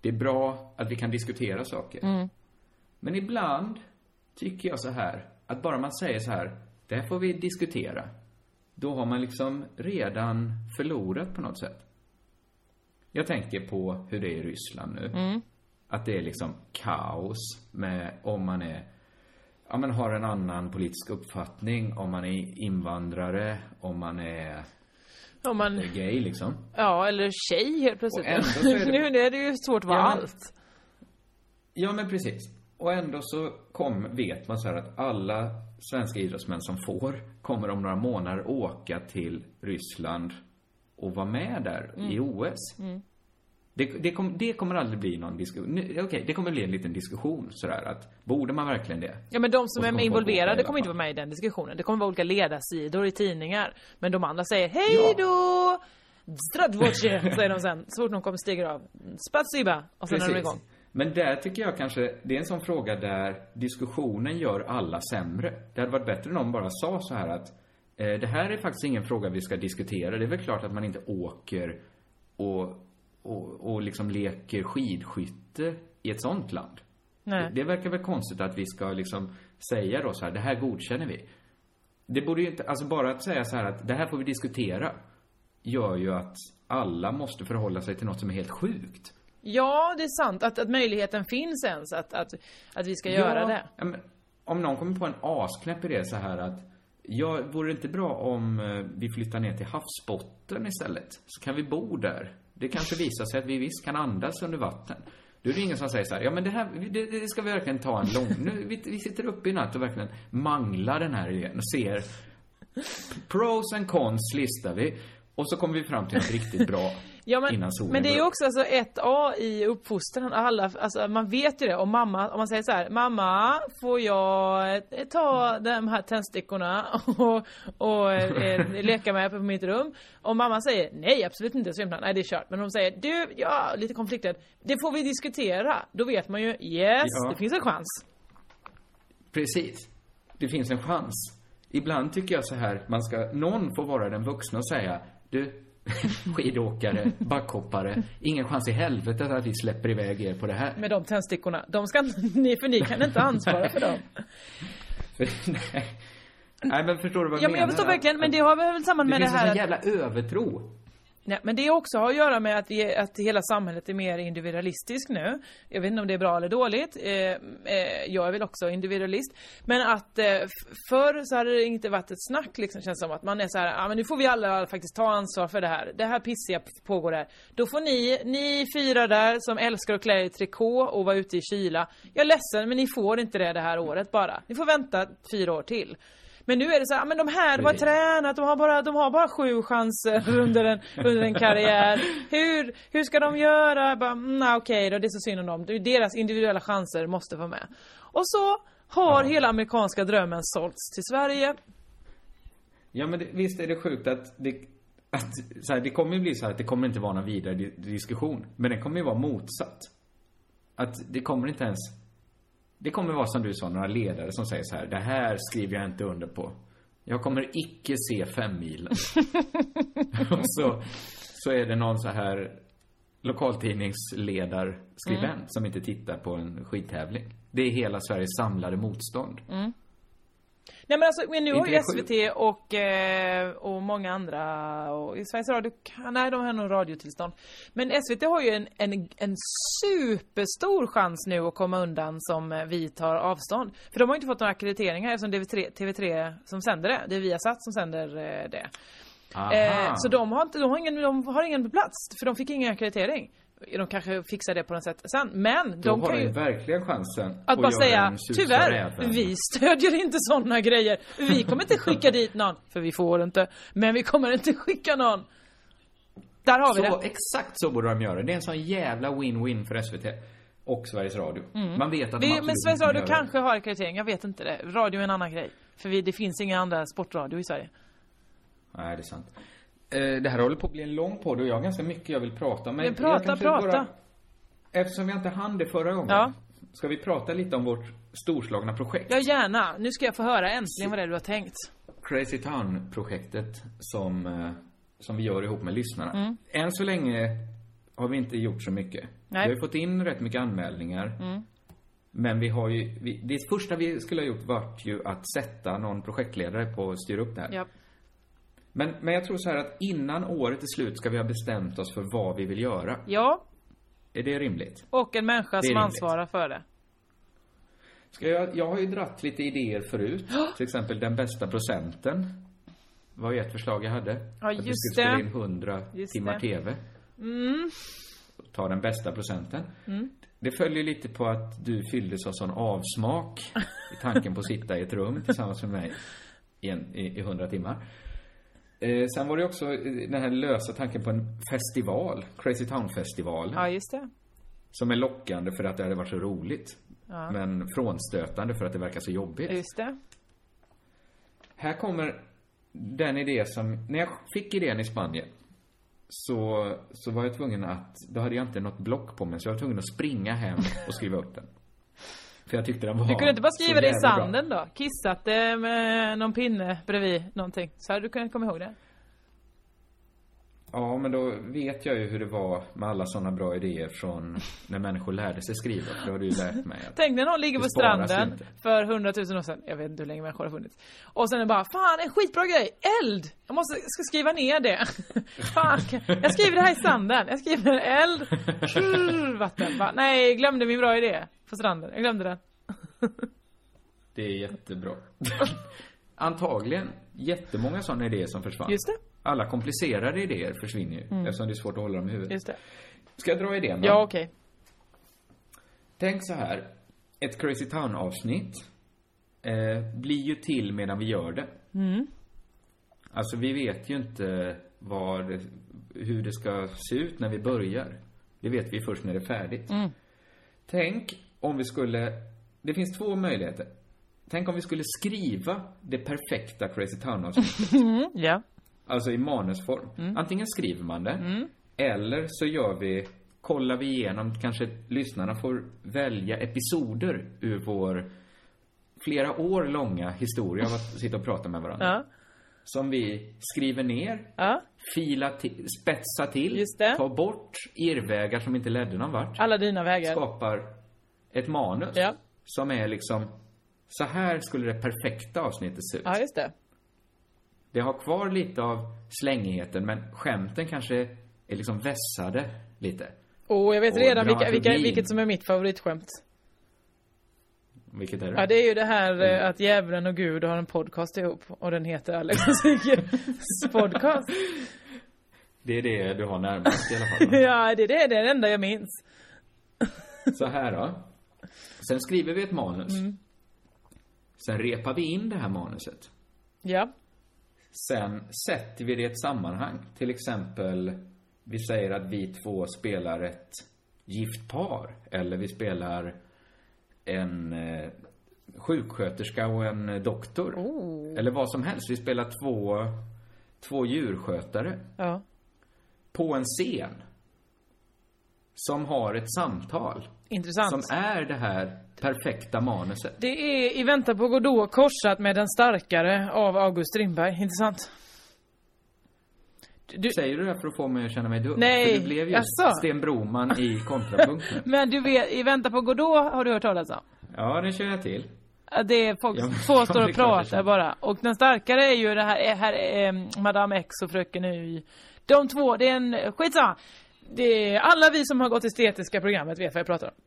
Det är bra att vi kan diskutera saker. Mm. Men ibland tycker jag så här, att bara man säger så här, det här får vi diskutera, då har man liksom redan förlorat på något sätt. Jag tänker på hur det är i Ryssland nu. Mm. Att det är liksom kaos med om man är, ja, man har en annan politisk uppfattning, om man är invandrare, om man är, om man är gay liksom. Ja, eller tjej helt plötsligt. Är det... nu är det ju svårt att vara ja, men... allt. Ja, men precis. Och ändå så kom, vet man så här att alla svenska idrottsmän som får kommer om några månader åka till Ryssland och vara med där mm. i O S. Mm. Det, det, kom, det kommer aldrig bli någon diskussion. Okej, okay, det kommer bli en liten diskussion sådär att borde man verkligen det? Ja, men de som är involverade kommer inte vara med i den diskussionen. Det kommer vara olika ledarsidor i tidningar. Men de andra säger hej då! Ja. Zdradvoce, säger de sen. Så fort de kommer stiger av. Spasiba! Och sen är de igång. Men där tycker jag kanske, det är en sån fråga där diskussionen gör alla sämre. Det hade varit bättre om någon bara sa så här att eh, det här är faktiskt ingen fråga vi ska diskutera. Det är väl klart att man inte åker och, och, och liksom leker skidskytte i ett sånt land. Nej. Det, det verkar väl konstigt att vi ska liksom säga då så här, det här godkänner vi. Det borde ju inte, alltså bara att säga så här att det här får vi diskutera gör ju att alla måste förhålla sig till något som är helt sjukt. Ja, det är sant. Att, att möjligheten finns ens att, att, att vi ska göra ja, det. Men, om någon kommer på en asknäpp i det så här att ja, vore det inte bra om vi flyttar ner till havsbotten istället? Så kan vi bo där. Det kanske visar sig att vi visst kan andas under vatten. Då är det ingen som säger så här, ja men det här, det, det ska vi verkligen ta en lång... Nu, vi, vi sitter uppe i natt och verkligen manglar den här idén och ser pros and cons listar vi. Och så kommer vi fram till något riktigt bra ja, men, innan solen. Men det är ju också alltså, ett A i uppfostran. Alla, alltså, man vet ju det. Och mamma, om man säger så här, mamma, får jag ta de här tändstickorna och, och eh, leka med på mitt rum? Och mamma säger, nej absolut inte. Så nej, det är kört. Men de säger, du, ja, lite konflikter. Det får vi diskutera. Då vet man ju, yes, ja. Det finns en chans. Precis. Det finns en chans. Ibland tycker jag så här, man ska, någon får vara den vuxna och säga, du, skidåkare, backhoppare, ingen chans i helvetet att vi släpper iväg er på det här. Med de tändstickorna, de ska ni, för ni kan inte ansvara för dem. Nej. Nej, men förstår du vad jag ja, menar? Men jag förstår verkligen, men det har väl samman med det, det här. Det finns en jävla övertro. Nej, men det också har att göra med att, vi, att hela samhället är mer individualistiskt nu. Jag vet inte om det är bra eller dåligt. Eh, eh, jag är väl också individualist. Men att eh, förr så hade det inte varit ett snack liksom, känns som att man är så här, ah, men nu får vi alla faktiskt ta ansvar för det här. Det här pissiga pågår där. Då får ni, ni fyra där som älskar att klä i trikå och vara ute i kyla. Jag är ledsen, men ni får inte det det här året bara. Ni får vänta fyra år till. Men nu är det så här, men de här har tränat, de har bara, de har bara sju chanser under en, under en karriär. Hur, hur ska de göra? Bara, nej, okej då, det är så synd om dem. Deras individuella chanser måste vara med. Och så har ja. hela amerikanska drömmen sålts till Sverige. Ja, men det, visst är det sjukt att det, att, så här, det kommer ju bli så här att det kommer inte vara någon vidare diskussion. Men det kommer ju vara motsatt. Att det kommer inte ens... Det kommer vara som du sa, några ledare som säger så här, det här skriver jag inte under på. Jag kommer icke se fem milen. Och så, så är det någon så här lokaltidningsledarskribent mm. som inte tittar på en skidtävling. Det är hela Sveriges samlade motstånd. Mm. Nej, men alltså, men nu har ju S V T och, eh, och många andra och i Sveriges Radio, nej de har nog radiotillstånd. Men S V T har ju en, en, en superstor chans nu att komma undan som vi tar avstånd. För de har inte fått några akkrediteringar eftersom det är T V tre som sänder det. Det är Viasat som sänder eh, det. Eh, så de har, inte, de, har ingen, de har ingen på plats för de fick ingen akkreditering. De kanske fixar det på något sätt sen. Men då de har kan ju verkligen chansen att, att bara säga, tyvärr, även. Vi stödjer inte sådana grejer. Vi kommer inte skicka dit någon. För vi får inte. Men vi kommer inte skicka någon. Där har vi så, det. Exakt så borde de göra. Det är en sån jävla win-win för S V T och Sveriges Radio. Mm. Man vet att vi, de men Sveriges Radio kanske har akkreditering. Jag vet inte det. Radio är en annan grej. För vi, det finns inga andra sportradio i Sverige. Nej, det är sant. Det här håller på att bli en lång podd och jag har ganska mycket jag vill prata om. Men prata, prata. Bara, eftersom vi inte hann det förra gången, ja. Ska vi prata lite om vårt storslagna projekt? Ja, gärna. Nu ska jag få höra äntligen vad det är du har tänkt. Crazy Town-projektet som, som vi gör ihop med lyssnarna. Mm. Än så länge har vi inte gjort så mycket. Nej. Vi har ju fått in rätt mycket anmälningar. Mm. Men vi har ju, vi, det första vi skulle ha gjort var ju att sätta någon projektledare på att styra upp det här. Ja. Men, men jag tror så här att innan året är slut ska vi ha bestämt oss för vad vi vill göra. Ja. Är det rimligt? Och en människa som rimligt. ansvarar för det. Ska jag, jag har ju dratt lite idéer förut. Till exempel den bästa procenten. Var ju ett förslag jag hade. Ja, att vi just skulle spela det. in hundra Just timmar det. tv. Mm. Ta den bästa procenten. Mm. Det följer lite på att du fylldes av sån avsmak i tanken på att sitta i ett rum tillsammans med mig i, en, i, i hundra timmar. Eh, sen var det också den här lösa tanken på en festival, Crazy Town-festivalen. Ja, just det. Som är lockande för att det hade varit så roligt. Ja. Men frånstötande för att det verkar så jobbigt. Just det. Här kommer den idé som, när jag fick idén i Spanien så, så var jag tvungen att, då hade jag inte något block på mig, så jag var tvungen att springa hem och skriva upp den. För jag tyckte den var Du kunde inte bara skriva så det i jävla sanden bra. då? Kissat det med någon pinne bredvid någonting. Så hade du kunnat komma ihåg det. Ja, men då vet jag ju hur det var med alla sådana bra idéer från när människor lärde sig skriva. Det har du ju lärt mig. Att Tänk när någon ligger det på sparas stranden inte. för hundratusen år sedan. Jag vet inte hur länge människor har funnits. Och sen är det bara, fan en skitbra grej, eld! Jag måste, ska skriva ner det. Fan, jag skriver det här i sanden. Jag skriver eld, krrr, vatten. Bara, nej, jag glömde min bra idé på stranden. Jag glömde den. Det är jättebra. Antagligen jättemånga sådana idéer som försvann. Just det. Alla komplicerade idéer försvinner ju. Mm. Eftersom det är svårt att hålla dem i huvudet. Just det. Ska jag dra idén då? Ja, okej. Okay. Tänk så här. Ett Crazy Town-avsnitt eh, blir ju till medan vi gör det. Mm. Alltså vi vet ju inte vad det, hur det ska se ut när vi börjar. Det vet vi först när det är färdigt. Mm. Tänk om vi skulle... Det finns två möjligheter. Tänk om vi skulle skriva det perfekta Crazy Town-avsnittet. Mm, ja. Alltså i manusform. Mm. Antingen skriver man det. Mm. Eller så gör vi... Kollar vi igenom, kanske lyssnarna får välja episoder ur vår flera år långa historia av att sitta och prata med varandra. Ja. Som vi skriver ner, ja. fila till, spetsa till, Just det. ta bort irrvägar som inte ledde någon vart. Alla dina vägar. Skapar ett manus ja. som är liksom, så här skulle det perfekta avsnittet se ut. Ja, just det. Det har kvar lite av slängigheten, men skämten kanske är liksom vässade lite. Åh, oh, jag vet redan vilka, vilka, vilket som är mitt favoritskämt. Vilket är det? Ja, det är ju det här mm. att djävulen och Gud har en podcast ihop. Och den heter Alex och Sigges podcast. Det är det du har närmast i alla fall. Ja, det är det, det är det enda jag minns. Så här då. Sen skriver vi ett manus. Mm. Sen repar vi in det här manuset. Ja. Sen sätter vi det i ett sammanhang. Till exempel, vi säger att vi två spelar ett gift par. Eller vi spelar en eh, sjuksköterska och en doktor. Oh. Eller vad som helst. Vi spelar två, två djurskötare. Ja. På en scen. Som har ett samtal. Intressant. Som är det här perfekta manuset. Det är I väntan på Godot korsat med Den starkare av August Strindberg. Intressant. Du... Säger du det för att få mig att känna mig dum? Nej, för du blev ju alltså. Sten Broman i kontrapunkt. Men du vet, I väntan på Godot har du hört talas om? Ja, det känner jag till. Det är folk, ja, få står och pratar bara. Och Den starkare är ju det här, här är Madame X och Fröken Y. De två, det är en skitsamma. Det är alla vi som har gått estetiska programmet vet vad jag pratar om.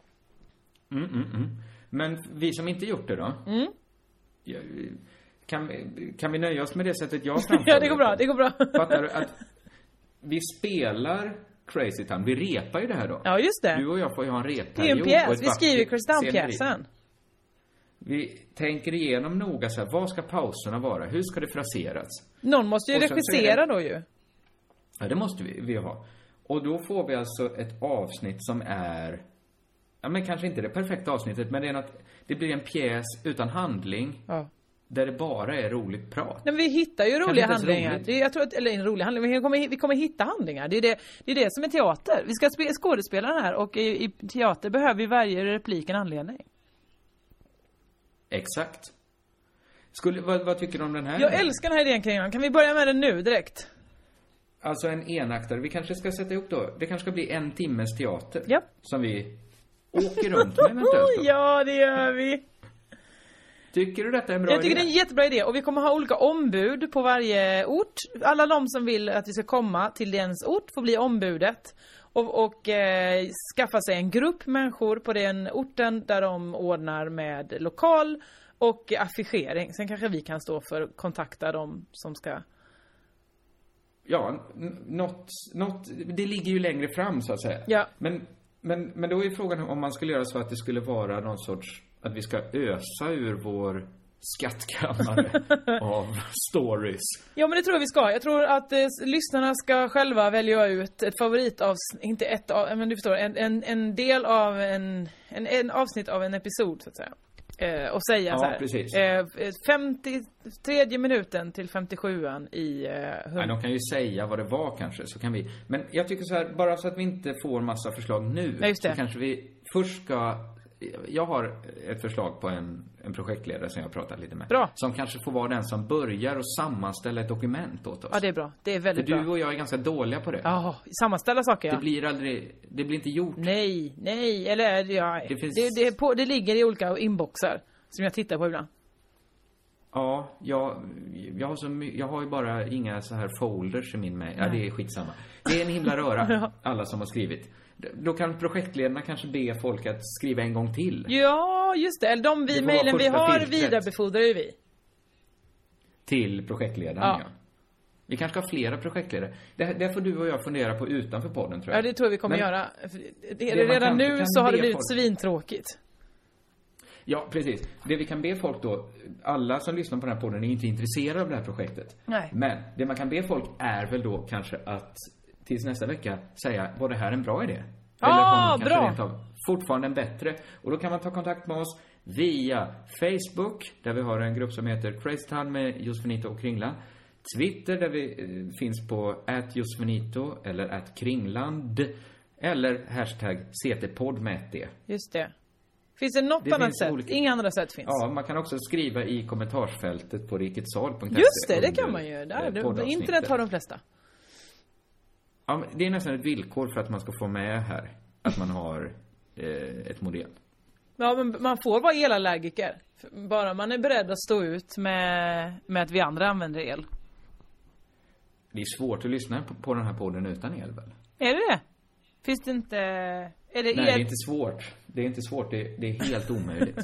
Mm, mm, mm. Men vi som inte gjort det då? Mm. Kan vi, kan vi nöja oss med det sättet jag framför? Ja, det går bra, det går bra. Fattar du att vi spelar Crazy Town, vi repar ju det här då. Ja, just det. Du och jag får ju ha en repperiod. Det är en pjäs, vi skriver Crazy Town-pjäsen. Vi tänker igenom noga så här, vad ska pauserna vara? Hur ska det fraseras? Någon måste ju regissera det... då ju. Ja, det måste vi, vi ha. Och då får vi alltså ett avsnitt som är... Ja, men kanske inte det perfekta avsnittet, men det är något, det blir en pjäs utan handling. Ja. Där det bara är roligt prat. Men vi hittar ju roliga handlingar. Det är, jag tror att, eller en rolig handling. Vi kommer, vi kommer hitta handlingar. Det är det, det är det som är teater. Vi ska spela skådespelare här. Och i, i teater behöver vi varje replik en anledning. Exakt. Skulle, vad, vad tycker du om den här? Jag älskar den här idén, Kringlan. Kan vi börja med den nu direkt? Alltså en enaktare. Vi kanske ska sätta ihop då. Det kanske ska bli en timmes teater. Ja. Som vi åker runt med eventuellt då. Ja, det gör vi. Tycker du detta är en bra Jag tycker idé? det är en jättebra idé. Och vi kommer ha olika ombud på varje ort. Alla de som vill att vi ska komma till ens ort får bli ombudet. Och, och eh, skaffa sig en grupp människor på den orten där de ordnar med lokal och affischering. Sen kanske vi kan stå för att kontakta dem som ska... Ja, n- något, något, det ligger ju längre fram så att säga. Ja. Men, men, men då är frågan om man skulle göra så att det skulle vara någon sorts, att vi ska ösa ur vår skattkammare av stories. Ja, men det tror jag vi ska. Jag tror att eh, lyssnarna ska själva välja ut ett favoritavsnitt, inte ett av, men du förstår, en, en, en del av en, en, en avsnitt av en episod så att säga. Eh, och säga Ja, så här. precis. Eh, femtiotredje minuten till femtiosjuan i eh, hund- Nej, de kan ju säga vad det var kanske, så kan vi. Men jag tycker så här, bara så att vi inte får massa förslag nu, Ja, just det. så kanske vi först ska... Jag har ett förslag på en, en projektledare som jag har pratat lite med. Bra. Som kanske får vara den som börjar och sammanställa ett dokument åt oss. Ja, det är bra. Det är väldigt För bra. du och jag är ganska dåliga på det. Ja, sammanställa saker, ja. Det blir aldrig, det blir inte gjort. Nej, nej, eller ja, Det finns- det, det, är på, det ligger i olika inboxar som jag tittar på ibland. Ja, jag, jag, har så my- jag har ju bara inga så här folders i min mail. Ja, det är skitsamma. Det är en himla röra, alla som har skrivit. D- Då kan projektledarna kanske be folk att skriva en gång till. Ja, just det. Eller de Det vi får vara mejlen vi första har filtret. vidarebefordrar ju vi. Till projektledaren, Ja. ja. Vi kanske ska ha flera projektledare. Det, det får du och jag fundera på utanför podden, tror jag. Ja, det tror jag vi kommer Men- göra. För det- det man Redan kan- nu kan så har det be blivit folk- svintråkigt. Ja, precis. Det vi kan be folk då, alla som lyssnar på den här podden är inte intresserade av det här projektet. Nej. Men det man kan be folk är väl då kanske att tills nästa vecka säga, var det här en bra idé? Eller Ah, har ni kanske bra. rent av fortfarande en bättre? Och då kan man ta kontakt med oss via Facebook, där vi har en grupp som heter Crazy Town med Josfinito och Kringland. Twitter, där vi eh, finns på at Josfinito eller at Kringland. Eller hashtag C T podd med ett D. Just det. Finns det något Det annat finns sätt? olika- Inga andra sätt finns. Ja, man kan också skriva i kommentarsfältet på riketsal punkt se. Just det, det kan under, man ju. eh, Där, det, poddavsnittet. internet har de flesta. Ja, men det är nästan ett villkor för att man ska få med här att man har eh, ett modem. Ja, men man får vara elallergiker. Bara man är beredd att stå ut med, med att vi andra använder el. Det är svårt att lyssna på, på den här podden utan el, väl? Är det det? Finns det inte... Är det Nej, det är el? inte svårt. Det är inte svårt, det, det är helt omöjligt.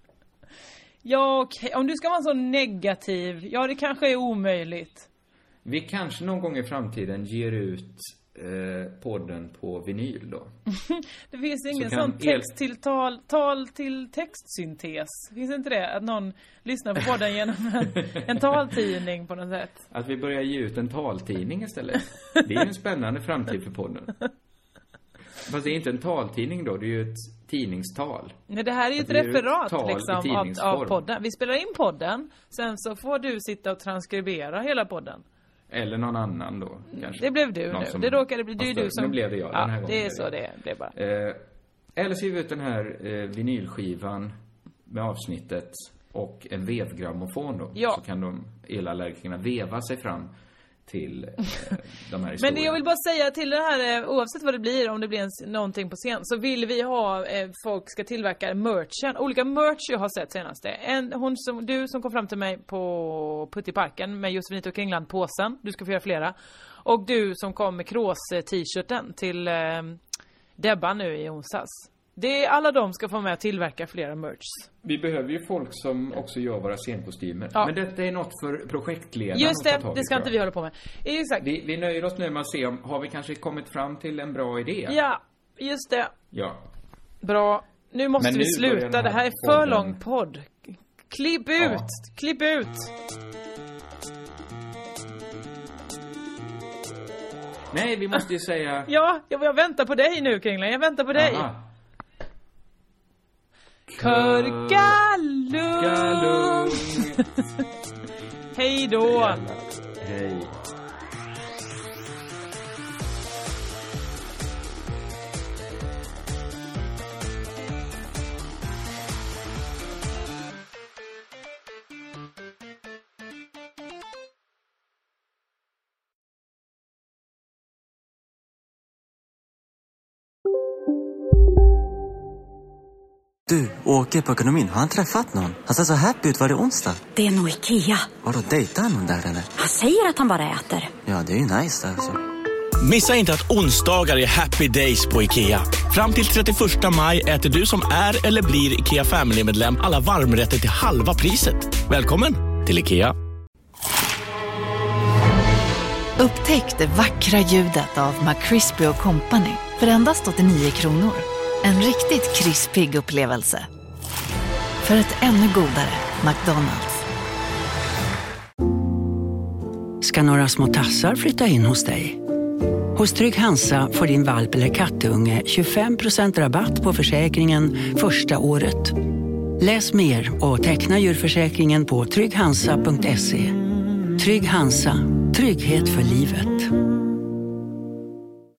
Ja, okej. Om du ska vara så negativ. Ja, det kanske är omöjligt. Vi kanske någon gång i framtiden ger ut eh, podden på vinyl då. Det finns ingen kan sån el- text till tal, tal till textsyntes. Finns inte det? Att någon lyssnar på podden genom en, en taltidning på något sätt. Att vi börjar ge ut en taltidning istället. Det är ju en spännande framtid för podden. Fast det är inte en taltidning då, det är ju ett tidningstal. Nej, det här är ju Att ett vi ger ut referat tal i liksom, av, tidningsform. av podden. Vi spelar in podden, sen så får du sitta och transkribera hela podden. Eller någon annan då, kanske. Det blev du Någon nu. som Det råkade bli du, var du större. som... Nu blev det jag den här Ja, gången. det är blev så jag. det, det är bara. Eh, eller så ger vi ut den här eh, vinylskivan med avsnittet och en vevgrammofon då. Ja. Så kan de elallergikerna veva sig fram till eh, de här historierna. Men det jag vill bara säga till det här, eh, oavsett vad det blir, om det blir en, någonting på scen, så vill vi ha, eh, folk ska tillverka merchen. Olika merch jag har sett senaste. En, hon som, du som kom fram till mig på Puttiparken med Josfinito och Kringland-påsen. Du ska få göra flera. Och du som kom med Krås-t-shirten till eh, Debba nu i onsdags. Det är, alla de ska få med att tillverka flera merch. Vi behöver ju folk som också gör våra scenkostymer. Ja. Men detta är något för projektledaren Just att ta det, tag i, det ska tror inte jag. vi hålla på med. Exakt. Vi, vi nöjer oss nu med att se om, har vi kanske kommit fram till en bra idé? Ja, just det. Ja. Bra. Nu måste Men vi nu börjar sluta. den Det här här är för podden- lång podd. Klipp ut! Ja. Klipp ut! Nej, vi måste ju säga... Ja, jag, jag väntar på dig nu, Kringland. Jag väntar på dig. Aha. Körka lugnt. Hej då. Hej. Du, åker på ekonomin. Har han träffat någon? Han ser så happy ut. Var det onsdag? Det är nog Ikea. Vadå, dejtar han någon där eller? Han säger att han bara äter. Ja, det är ju nice alltså. Missa inte att onsdagar är happy days på Ikea. Fram till trettioförsta maj äter du som är eller blir Ikea Family-medlem alla varmrätter till halva priset. Välkommen till Ikea. Upptäck det vackra ljudet av McCrispy och Company för endast åttionio kronor. En riktigt krispig upplevelse. För ett ännu godare McDonald's. Ska några små tassar flytta in hos dig? Hos Trygg Hansa får din valp eller kattunge tjugofem procent rabatt på försäkringen första året. Läs mer och teckna djurförsäkringen på trygg hansa punkt se. Trygg Hansa, trygghet för livet.